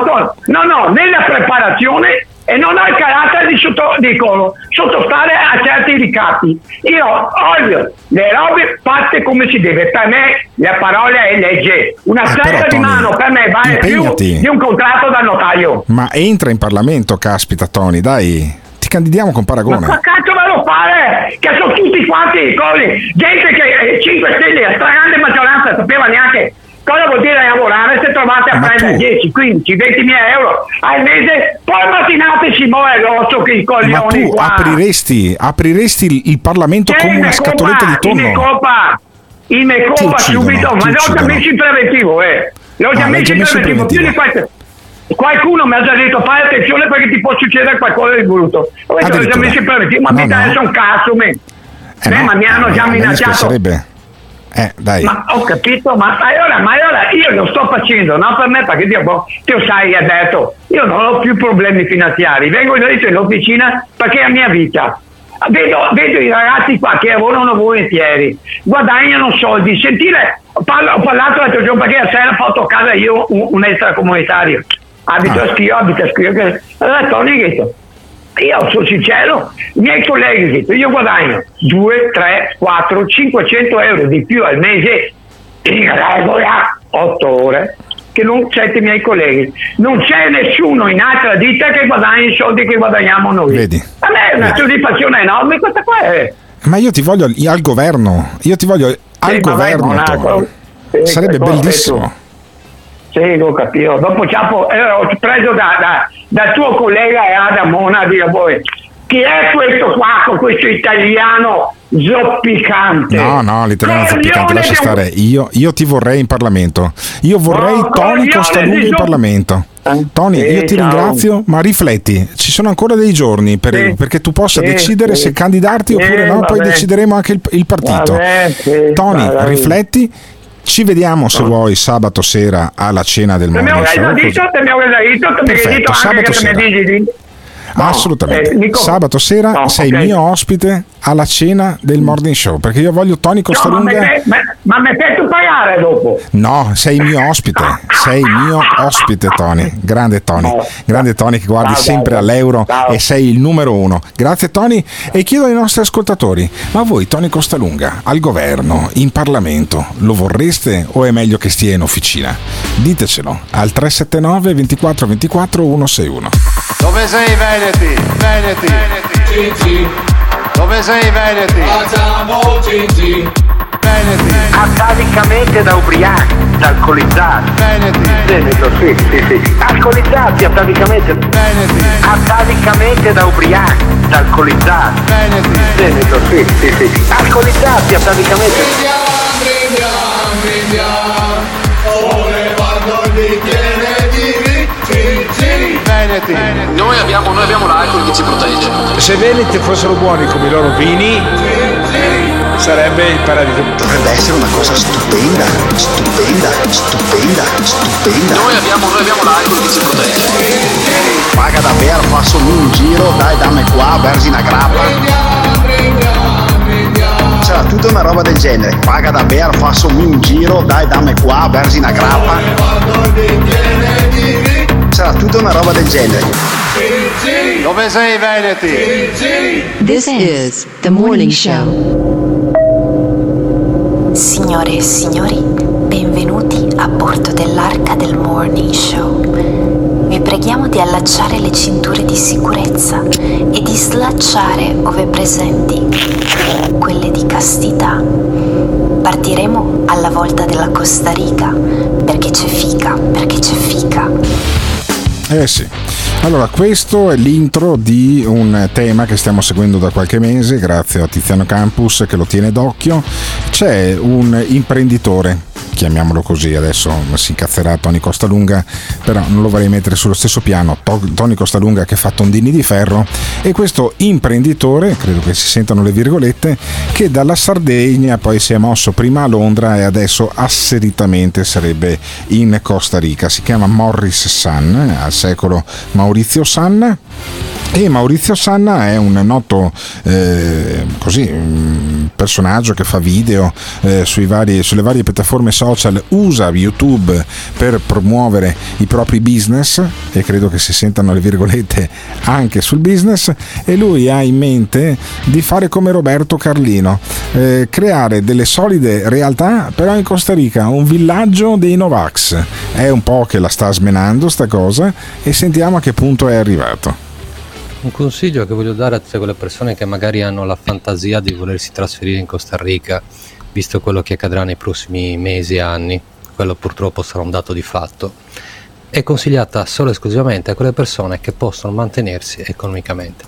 No, no, nella preparazione e non ho il carattere di, sotto, di colo, sottostare a certi ricatti. Io odio le robe fatte come si deve. Per me la parola è legge. Una eh, stretta di Tony, mano per me vale impegnati. più di un contratto da notaio. Ma entra in Parlamento, caspita Tony, dai. Ti candidiamo con Paragone. Ma che cazzo vado a fare? Che sono tutti quanti così. Gente che eh, cinque Stelle, la stragrande maggioranza, sapeva neanche cosa vuol dire lavorare se trovate a Ma prendere tu... dieci, quindici, venti mila euro al mese, poi mattinate si muove l'osso che i coglioni. Ma tu qua. apriresti, apriresti il, il Parlamento C'è come una scatoletta di tonno? Il Mecopa, il Mecopa subito, ma l'ho già messo in preventivo, eh. L'ho già ah, messo in messo preventivo. Più di queste... Qualcuno mi ha già detto fai attenzione perché ti può succedere qualcosa di brutto. L'ho già messo in preventivo, ma no, mi interessa no. un cazzo, me. Eh eh, no, ma mi hanno già minacciato. Sarebbe... Eh, dai. Ma ho capito, ma allora, ma allora io lo sto facendo, no per me, perché Dio, boh, te lo sai, ha detto, io non ho più problemi finanziari, vengo in officina perché è la mia vita. Vedo, vedo i ragazzi qua che lavorano volentieri, guadagnano soldi, sentire, parlo, ho parlato l'altro giorno perché a sera ho fatto a casa io un, un extracomunitario, abito ah. a Schio, abito a Schio, che... allora Tony ha detto, io sono sincero, i miei colleghi, io guadagno due, tre, quattro, cinquecento euro di più al mese in regola otto ore che non certi miei colleghi. Non c'è nessuno in altra ditta che guadagna i soldi che guadagniamo noi. Vedi? A me è una Vedi. soddisfazione enorme, questa qua è. Ma io ti voglio al, al governo, io ti voglio al sì, governo. Monaco, sì, sarebbe bellissimo. Sì, lo capivo. Dopo Ciapo, eh, ho preso da, da, dal tuo collega Adam Mona a dire voi, chi è questo qua con questo italiano zoppicante? No, no, l'italiano Coglione zoppicante, lascia un... stare. Io, io ti vorrei in Parlamento. Io vorrei oh, Tony Costalunga in Parlamento. Tony, sì, io ti ciao. ringrazio, ma rifletti, ci sono ancora dei giorni per, sì. perché tu possa sì, decidere sì. se candidarti sì, oppure no, vabbè. poi decideremo anche il, il partito. Vabbè, sì, Tony, vabbè. rifletti. Ci vediamo se vuoi sabato sera alla cena del Morning Show. Te mi avevo detto, te mi hai detto anche che te mi dici. No, assolutamente. Eh, Nico... Sabato sera no, sei okay. mio ospite alla cena del Morning Show perché io voglio Tony Costalunga. No, ma mi fai tu pagare dopo? No, sei mio ospite. Sei mio ospite, Tony. Grande Tony. Grande Tony che guardi ciao, sempre ciao. all'euro Ciao. e sei il numero uno. Grazie Tony. E chiedo ai nostri ascoltatori: ma voi, Tony Costalunga, al governo, in Parlamento, lo vorreste o è meglio che stia in officina? Ditecelo al tre sette nove ventiquattro ventiquattro centosessantuno. Dove sei Veneti? Veneti. Gigi. Dove sei Veneti? Facciamo Gigi. Veneti. Atavicamente da ubriachi, da alcolizzati. Veneti. Veneto, sì, sì, sì. Alcolizzati atavicamente. Veneti. Atavicamente da ubriachi, da alcolizzati. Veneti. Veneto, sì, sì, sì. Alcolizzati atavicamente. Brindiamo, brindiamo, ore vado il bicchiere di Gigi. Veneti. Noi abbiamo, noi abbiamo l'alcol che ci protegge. Se i Veneti fossero buoni come i loro vini, sarebbe il paradiso. Dovrebbe essere una cosa stupenda, stupenda, stupenda, stupenda. Noi abbiamo, noi abbiamo l'alcol che ci protegge. Paga davvero, passo un giro, dai dammi qua, versi una grappa. C'era tutta una roba del genere. Paga davvero, passo un giro, dai dammi qua, versi una grappa. C'era tutta una roba del genere. Dove sei Veneti? This is the morning show. Signore e signori, benvenuti a bordo dell'Arca del Morning Show. Vi vi preghiamo di allacciare le cinture di sicurezza e di slacciare, ove presenti, quelle di castità. Partiremo alla volta della Costa Rica, perché c'è fica, perché c'è fica. Eh sì. Allora, questo è l'intro di un tema che stiamo seguendo da qualche mese, grazie a Tiziano Campus che lo tiene d'occhio. C'è un imprenditore, chiamiamolo così, adesso si incazzerà Tony Costalunga, però non lo vorrei mettere sullo stesso piano, Tony Costalunga che fa tondini di ferro, e questo imprenditore, credo che si sentano le virgolette, che dalla Sardegna poi si è mosso prima a Londra e adesso asseritamente sarebbe in Costa Rica. Si chiama Morris Sanna, al secolo Maurizio Sanna, e Maurizio Sanna è un noto eh, così un personaggio che fa video eh, sui vari, sulle varie piattaforme social, usa YouTube per promuovere i propri business, e credo che si sentano le virgolette anche sul business, e lui ha in mente di fare come Roberto Carlino, eh, creare delle solide realtà però in Costa Rica, un villaggio dei Novax. È un po' che la sta smenando sta cosa, e sentiamo a che punto è arrivato. Un consiglio che voglio dare a tutte quelle persone che magari hanno la fantasia di volersi trasferire in Costa Rica, visto quello che accadrà nei prossimi mesi e anni, quello purtroppo sarà un dato di fatto, è consigliata solo e esclusivamente a quelle persone che possono mantenersi economicamente.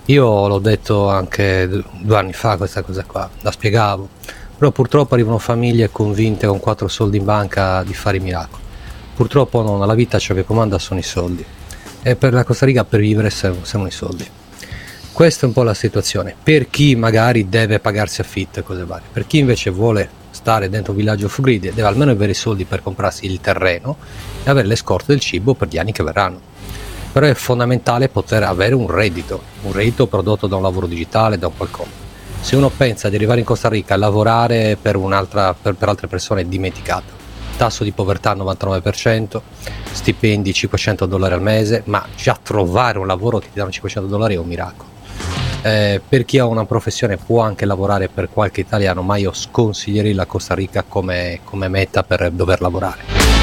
Io l'ho detto anche due anni fa questa cosa qua, la spiegavo, però purtroppo arrivano famiglie convinte con quattro soldi in banca di fare i miracoli. Purtroppo no, nella vita ciò che comanda sono i soldi, e per la Costa Rica per vivere servono i soldi. Questa è un po' la situazione per chi magari deve pagarsi affitto e cose varie. Per chi invece vuole stare dentro un villaggio off grid deve almeno avere i soldi per comprarsi il terreno e avere le scorte del cibo per gli anni che verranno. Però è fondamentale poter avere un reddito, un reddito prodotto da un lavoro digitale, da un qualcosa. Se uno pensa di arrivare in Costa Rica a lavorare per, un'altra, per, per altre persone, è dimenticato. Tasso di povertà novantanove per cento, stipendi cinquecento dollari al mese, ma già trovare un lavoro che ti danno cinquecento dollari è un miracolo. Eh, per chi ha una professione può anche lavorare per qualche italiano, ma io sconsiglierei la Costa Rica come, come meta per dover lavorare.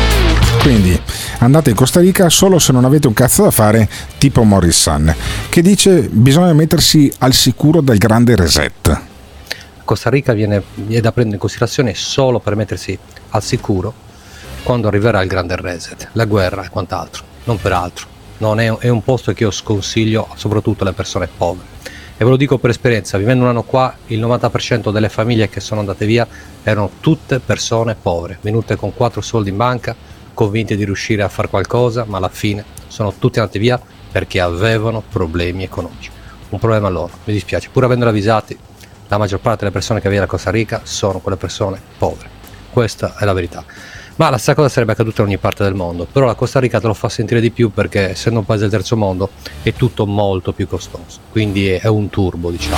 Quindi andate in Costa Rica solo se non avete un cazzo da fare, tipo Morris Sanna, che dice bisogna mettersi al sicuro del grande reset. Costa Rica viene è da prendere in considerazione solo per mettersi al sicuro quando arriverà il grande reset, la guerra e quant'altro, non per altro. Non è, è un posto che io sconsiglio soprattutto alle persone povere, e ve lo dico per esperienza, vivendo un anno qua il novanta per cento delle famiglie che sono andate via erano tutte persone povere, venute con quattro soldi in banca, convinte di riuscire a fare qualcosa, ma alla fine sono tutte andate via perché avevano problemi economici. Un problema loro, mi dispiace, pur avendolo avvisati, la maggior parte delle persone che viene a Costa Rica sono quelle persone povere. Questa è la verità. Ma la stessa cosa sarebbe accaduta in ogni parte del mondo, però la Costa Rica te lo fa sentire di più perché, essendo un paese del terzo mondo, è tutto molto più costoso. Quindi è un turbo, diciamo.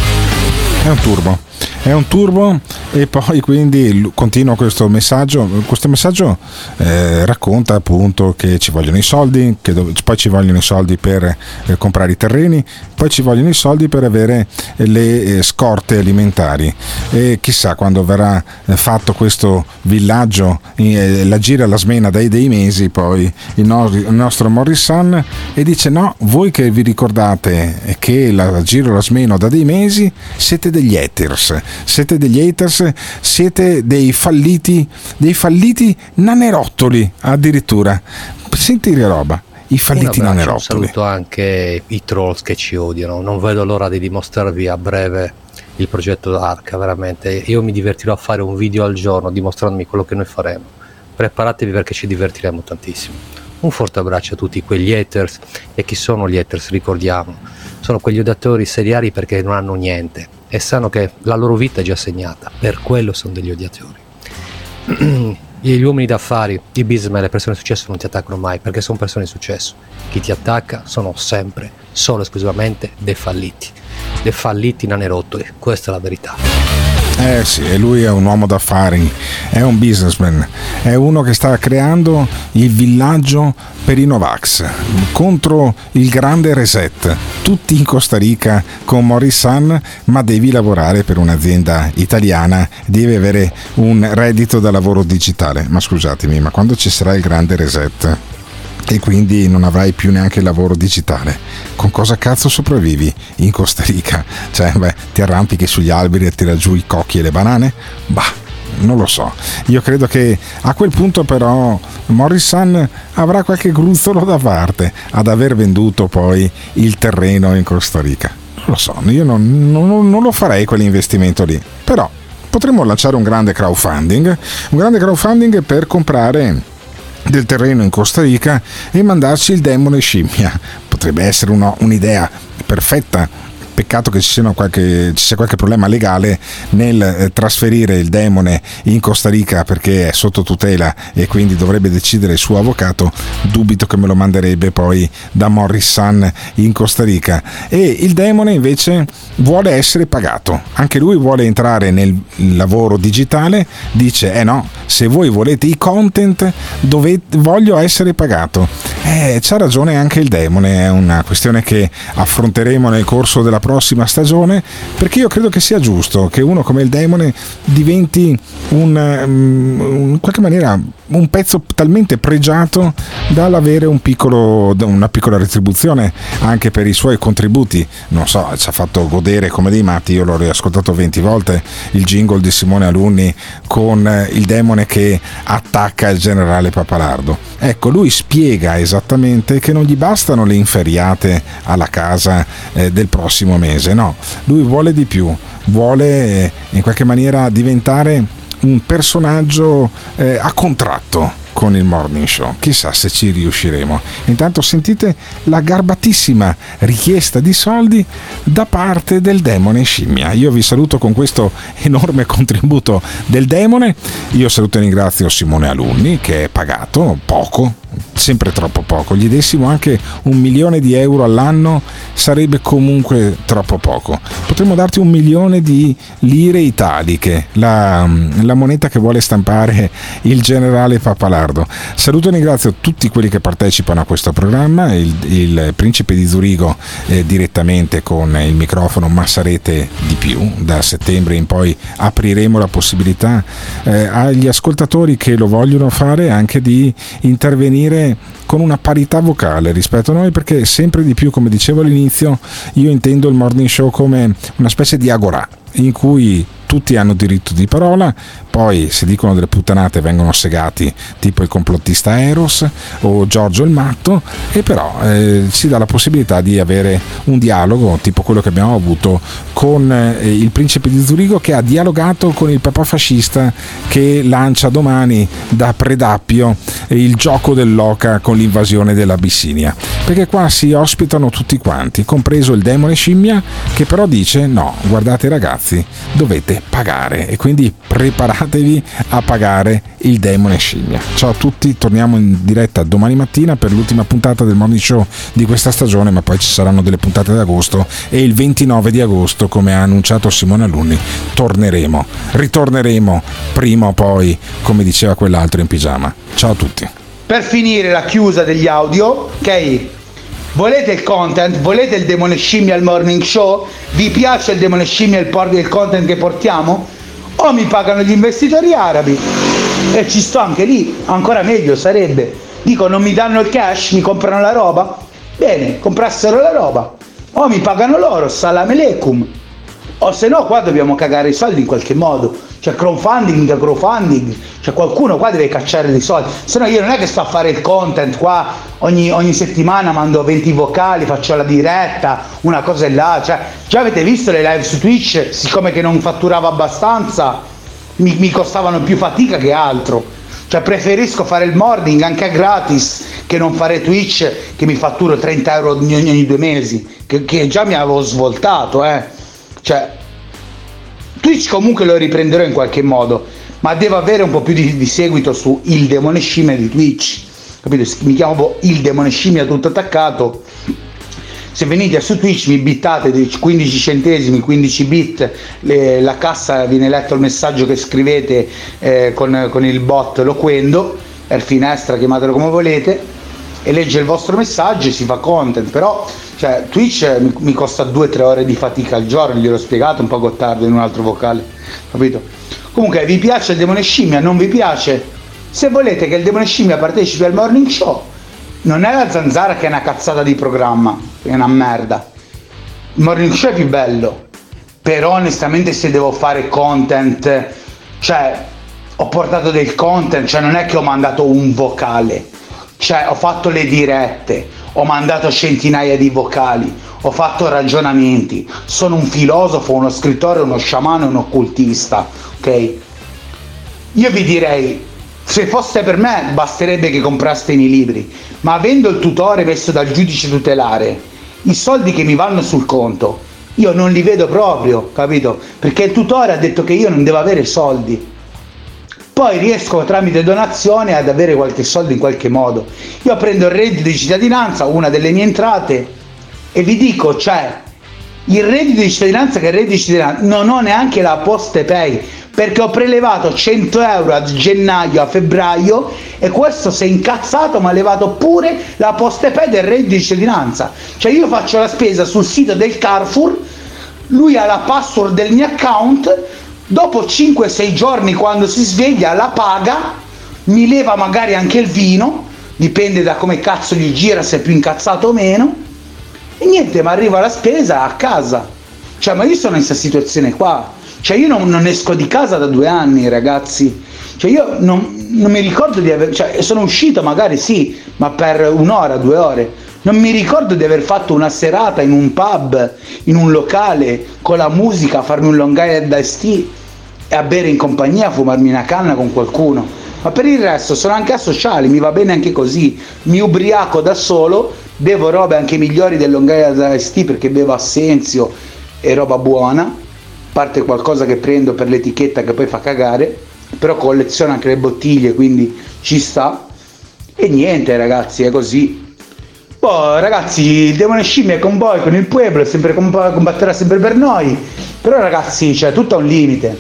È un turbo. È un turbo, e poi quindi continua questo messaggio. Questo messaggio eh, racconta appunto che ci vogliono i soldi, che do- poi ci vogliono i soldi per eh, comprare i terreni, poi ci vogliono i soldi per avere le eh, scorte alimentari. E chissà quando verrà eh, fatto questo villaggio, eh, la gira la smena dai dei mesi, poi il, no- il nostro Morris Sanna, e dice no, voi che vi ricordate che la giro la smeno da dei mesi siete degli haters. Siete degli haters, siete dei falliti, dei falliti nanerottoli addirittura. Senti che roba, i falliti nanerottoli. Saluto anche i trolls che ci odiano, non vedo l'ora di dimostrarvi a breve il progetto Arca, veramente. Io mi divertirò a fare un video al giorno dimostrandomi quello che noi faremo. Preparatevi perché ci divertiremo tantissimo. Un forte abbraccio a tutti quegli haters. E chi sono gli haters? Ricordiamo, sono quegli odiatori seriali perché non hanno niente e sanno che la loro vita è già segnata, per quello sono degli odiatori. Gli uomini d'affari, i businessmen, le persone di successo non ti attaccano mai perché sono persone di successo. Chi ti attacca sono sempre, solo e esclusivamente dei falliti, dei falliti nanerottoli, questa è la verità. Eh sì, e lui è un uomo d'affari, è un businessman, è uno che sta creando il villaggio per i Novax contro il grande reset. Tutti in Costa Rica con Morris Sanna, ma devi lavorare per un'azienda italiana, devi avere un reddito da lavoro digitale. Ma scusatemi, ma quando ci sarà il grande reset? e quindi non avrai più neanche il lavoro digitale. Con cosa cazzo sopravvivi in Costa Rica? Cioè, beh, ti arrampichi sugli alberi e tira giù i cocchi e le banane? Bah, non lo so. Io credo che a quel punto però Morrison avrà qualche gruzzolo da parte ad aver venduto poi il terreno in Costa Rica. Non lo so, io non, non, non lo farei quell'investimento lì, però potremmo lanciare un grande crowdfunding, un grande crowdfunding per comprare del terreno in Costa Rica e mandarci il demone scimmia. Potrebbe essere uno, un'idea perfetta. Peccato che ci sia qualche, ci sia qualche problema legale nel eh, trasferire il demone in Costa Rica, perché è sotto tutela e quindi dovrebbe decidere il suo avvocato. Dubito che me lo manderebbe poi da Morrison in Costa Rica. E il demone invece vuole essere pagato, anche lui vuole entrare nel lavoro digitale, dice eh no, se voi volete i content dovete, voglio essere pagato. Eh, c'ha ragione anche il demone, è una questione che affronteremo nel corso della prossima stagione, perché io credo che sia giusto che uno come il demone diventi un, um, in qualche maniera un pezzo talmente pregiato dall'avere un piccolo, una piccola retribuzione anche per i suoi contributi. Non so, ci ha fatto godere come dei matti. Io l'ho riascoltato venti volte il jingle di Simone Alunni con il demone che attacca il generale Pappalardo. Ecco, lui spiega esattamente che non gli bastano le inferiate alla casa eh, del prossimo mese, no, lui vuole di più, vuole eh, in qualche maniera diventare un personaggio eh, a contratto con il Morning Show. Chissà se ci riusciremo. Intanto sentite la garbatissima richiesta di soldi da parte del demone scimmia. Io vi saluto con questo enorme contributo del demone. Io saluto e ringrazio Simone Alunni, che è pagato poco, sempre troppo poco. Gli dessimo anche un milione di euro all'anno, sarebbe comunque troppo poco. Potremmo darti un milione di lire italiche, la, la moneta che vuole stampare il generale Pappalardo. Saluto e ringrazio tutti quelli che partecipano a questo programma, il, il principe di Zurigo eh, direttamente con il microfono, ma sarete di più. Da settembre in poi apriremo la possibilità eh, agli ascoltatori che lo vogliono fare anche di intervenire con una parità vocale rispetto a noi, perché sempre di più, come dicevo all'inizio, io intendo il Morning Show come una specie di agorà in cui tutti hanno diritto di parola, poi se dicono delle puttanate vengono segati, tipo il complottista Eros o Giorgio il Matto, e però eh, si dà la possibilità di avere un dialogo tipo quello che abbiamo avuto con eh, il principe di Zurigo, che ha dialogato con il papà fascista che lancia domani da Predappio il gioco dell'oca con l'invasione dell'Abissinia, perché qua si ospitano tutti quanti, compreso il demone scimmia, che però dice no, guardate ragazzi, dovete pagare, e quindi preparatevi a pagare il demone scimmia. Ciao a tutti, torniamo in diretta domani mattina per l'ultima puntata del Morning Show di questa stagione, ma poi ci saranno delle puntate d'agosto e il ventinove di agosto, come ha annunciato Simone Alunni, torneremo, ritorneremo prima o poi, come diceva quell'altro in pigiama. Ciao a tutti. Per finire la chiusa degli audio, ok? Volete il content? Volete il demone scimmia al Morning Show? Vi piace il demone scimmia e il, por- il content che portiamo? O mi pagano gli investitori arabi e ci sto anche lì, ancora meglio sarebbe. Dico, non mi danno il cash, mi comprano la roba? Bene, comprassero la roba. O mi pagano loro, salam aleikum. O se no qua dobbiamo cagare i soldi in qualche modo. C'è crowdfunding, mica crowdfunding, cioè qualcuno qua deve cacciare dei soldi, se no io non è che sto a fare il content qua, ogni, ogni settimana mando venti vocali, faccio la diretta, una cosa e là, cioè già avete visto le live su Twitch, siccome che non fatturavo abbastanza, mi, mi costavano più fatica che altro, cioè preferisco fare il morning anche a gratis che non fare Twitch che mi fatturo trenta euro ogni, ogni due mesi, che, che già mi avevo svoltato, eh, cioè Twitch comunque lo riprenderò in qualche modo, ma devo avere un po' più di, di seguito su il demone scimmia di Twitch, capito? Mi chiamo il demone scimmia tutto attaccato. Se venite su Twitch mi bittate quindici centesimi, quindici bit, le, la cassa viene letto il messaggio che scrivete eh, con, con il bot Loquendo, per finestra, chiamatelo come volete, e legge il vostro messaggio e si fa content. Però cioè Twitch mi, mi costa due tre ore di fatica al giorno, gliel'ho spiegato un po' Gottardo in un altro vocale, capito? Comunque vi piace il demone scimmia, non vi piace? Se volete che il demone scimmia partecipi al Morning Show, non è la Zanzara che è una cazzata di programma, è una merda. Il Morning Show è più bello, però onestamente se devo fare content, cioè ho portato del content, cioè non è che ho mandato un vocale, cioè ho fatto le dirette, ho mandato centinaia di vocali, ho fatto ragionamenti, sono un filosofo, uno scrittore, uno sciamano, un occultista, ok? Io vi direi, se fosse per me basterebbe che compraste i miei libri, ma avendo il tutore messo dal giudice tutelare, i soldi che mi vanno sul conto io non li vedo proprio, capito? Perché il tutore ha detto che io non devo avere soldi, poi riesco tramite donazione ad avere qualche soldo in qualche modo. Io prendo il reddito di cittadinanza, una delle mie entrate, e vi dico, cioè, il reddito di cittadinanza che è il reddito di cittadinanza, non ho neanche la PostePay, perché ho prelevato cento euro a gennaio, a febbraio, e questo si è incazzato, ma ha levato pure la PostePay del reddito di cittadinanza. Cioè io faccio la spesa sul sito del Carrefour, lui ha la password del mio account, dopo cinque sei giorni quando si sveglia la paga, mi leva magari anche il vino, dipende da come cazzo gli gira, se è più incazzato o meno, e niente, ma arriva la spesa a casa. Cioè, ma io sono in questa situazione qua, cioè io non, non esco di casa da due anni, ragazzi, cioè io non, non mi ricordo di aver, cioè sono uscito magari sì, ma per un'ora, due ore, non mi ricordo di aver fatto una serata in un pub, in un locale, con la musica, a farmi un Long Island Iced Tea e a bere in compagnia, a fumarmi una canna con qualcuno. Ma per il resto sono anche asociale, mi va bene anche così, mi ubriaco da solo, bevo robe anche migliori del Long Island Iced Tea perché bevo Assenzio e roba buona, a parte qualcosa che prendo per l'etichetta che poi fa cagare, però colleziono anche le bottiglie, quindi ci sta. E niente ragazzi, è così. Poi ragazzi, il demone scimmia con voi, con il pueblo, sempre combatterà sempre per noi, però ragazzi c'è tutto a un limite.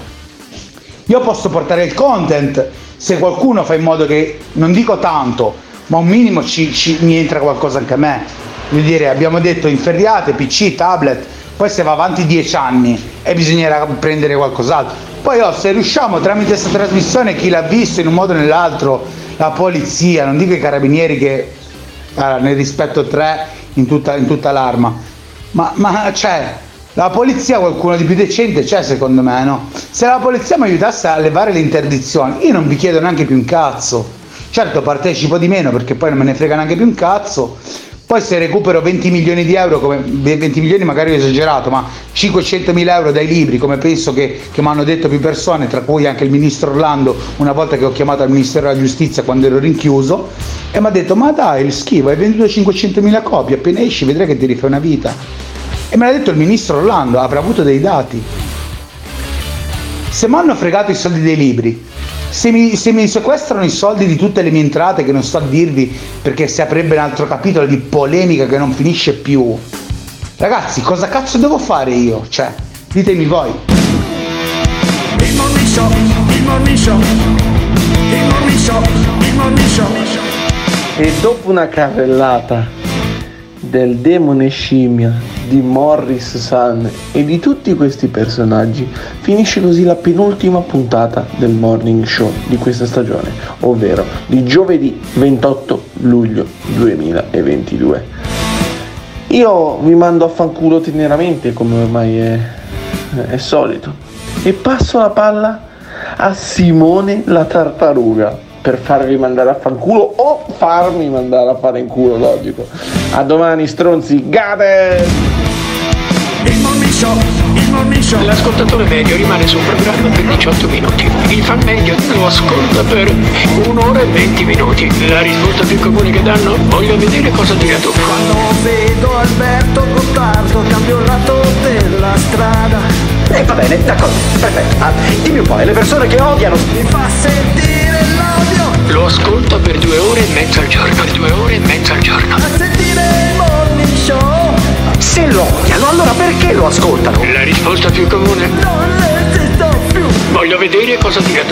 Io posso portare il content se qualcuno fa in modo che, non dico tanto, ma un minimo ci, ci, mi entra qualcosa anche a me. Voglio dire, abbiamo detto inferriate, P C, tablet, poi se va avanti dieci anni e bisognerà prendere qualcos'altro. Poi oh, se riusciamo tramite questa trasmissione, chi l'ha visto in un modo o nell'altro, la polizia, non dico i carabinieri che allora, ne rispetto tre in tutta, in tutta l'arma, ma, ma cioè la polizia, qualcuno di più decente c'è secondo me, no? Se la polizia mi aiutasse a levare le interdizioni, io non vi chiedo neanche più un cazzo, certo partecipo di meno perché poi non me ne frega neanche più un cazzo. Poi se recupero venti milioni di euro, come venti milioni magari ho esagerato, ma cinquecentomila euro dai libri, come penso che, che mi hanno detto più persone, tra cui anche il ministro Orlando, una volta che ho chiamato al Ministero della Giustizia quando ero rinchiuso, e mi ha detto, ma dai, il schifo, hai venduto cinquecentomila copie, appena esci vedrai che ti rifai una vita. E me l'ha detto il ministro Orlando, avrà avuto dei dati. Se mi hanno fregato i soldi dei libri, Se mi, se mi sequestrano i soldi di tutte le mie entrate, che non sto a dirvi perché si aprirebbe un altro capitolo di polemica che non finisce più, ragazzi, cosa cazzo devo fare io? Cioè, ditemi voi. Il Morning Show, il Morning Show, il Morning Show, il Morning Show. E dopo una carrellata del demone scimmia, di Morris Sun e di tutti questi personaggi, finisce così la penultima puntata del Morning Show di questa stagione, ovvero di giovedì ventotto luglio duemilaventidue. Io vi mando a fanculo teneramente, come ormai è, è solito, e passo la palla a Simone la tartaruga per farvi mandare a fanculo o farmi mandare a fare in culo, logico. A domani, stronzi, gade! Il Morning Show, il Morning Show. L'ascoltatore medio rimane sul programma per diciotto minuti. Il fan medio lo ascolta per un'ora e venti minuti. La risposta più comune che danno: voglio vedere cosa dirà tu. Quando vedo Alberto Gottardo cambio il lato della strada. E eh, va bene, d'accordo, perfetto. Ah, dimmi un po', e le persone che odiano mi fa sentire l'odio. Lo ascolta per due ore e mezza al giorno. Per due ore e mezza al giorno. A sentire il Morning Show. Se lo odiano, allora perché lo ascoltano? La risposta più comune: non esisto più. Voglio vedere cosa dirà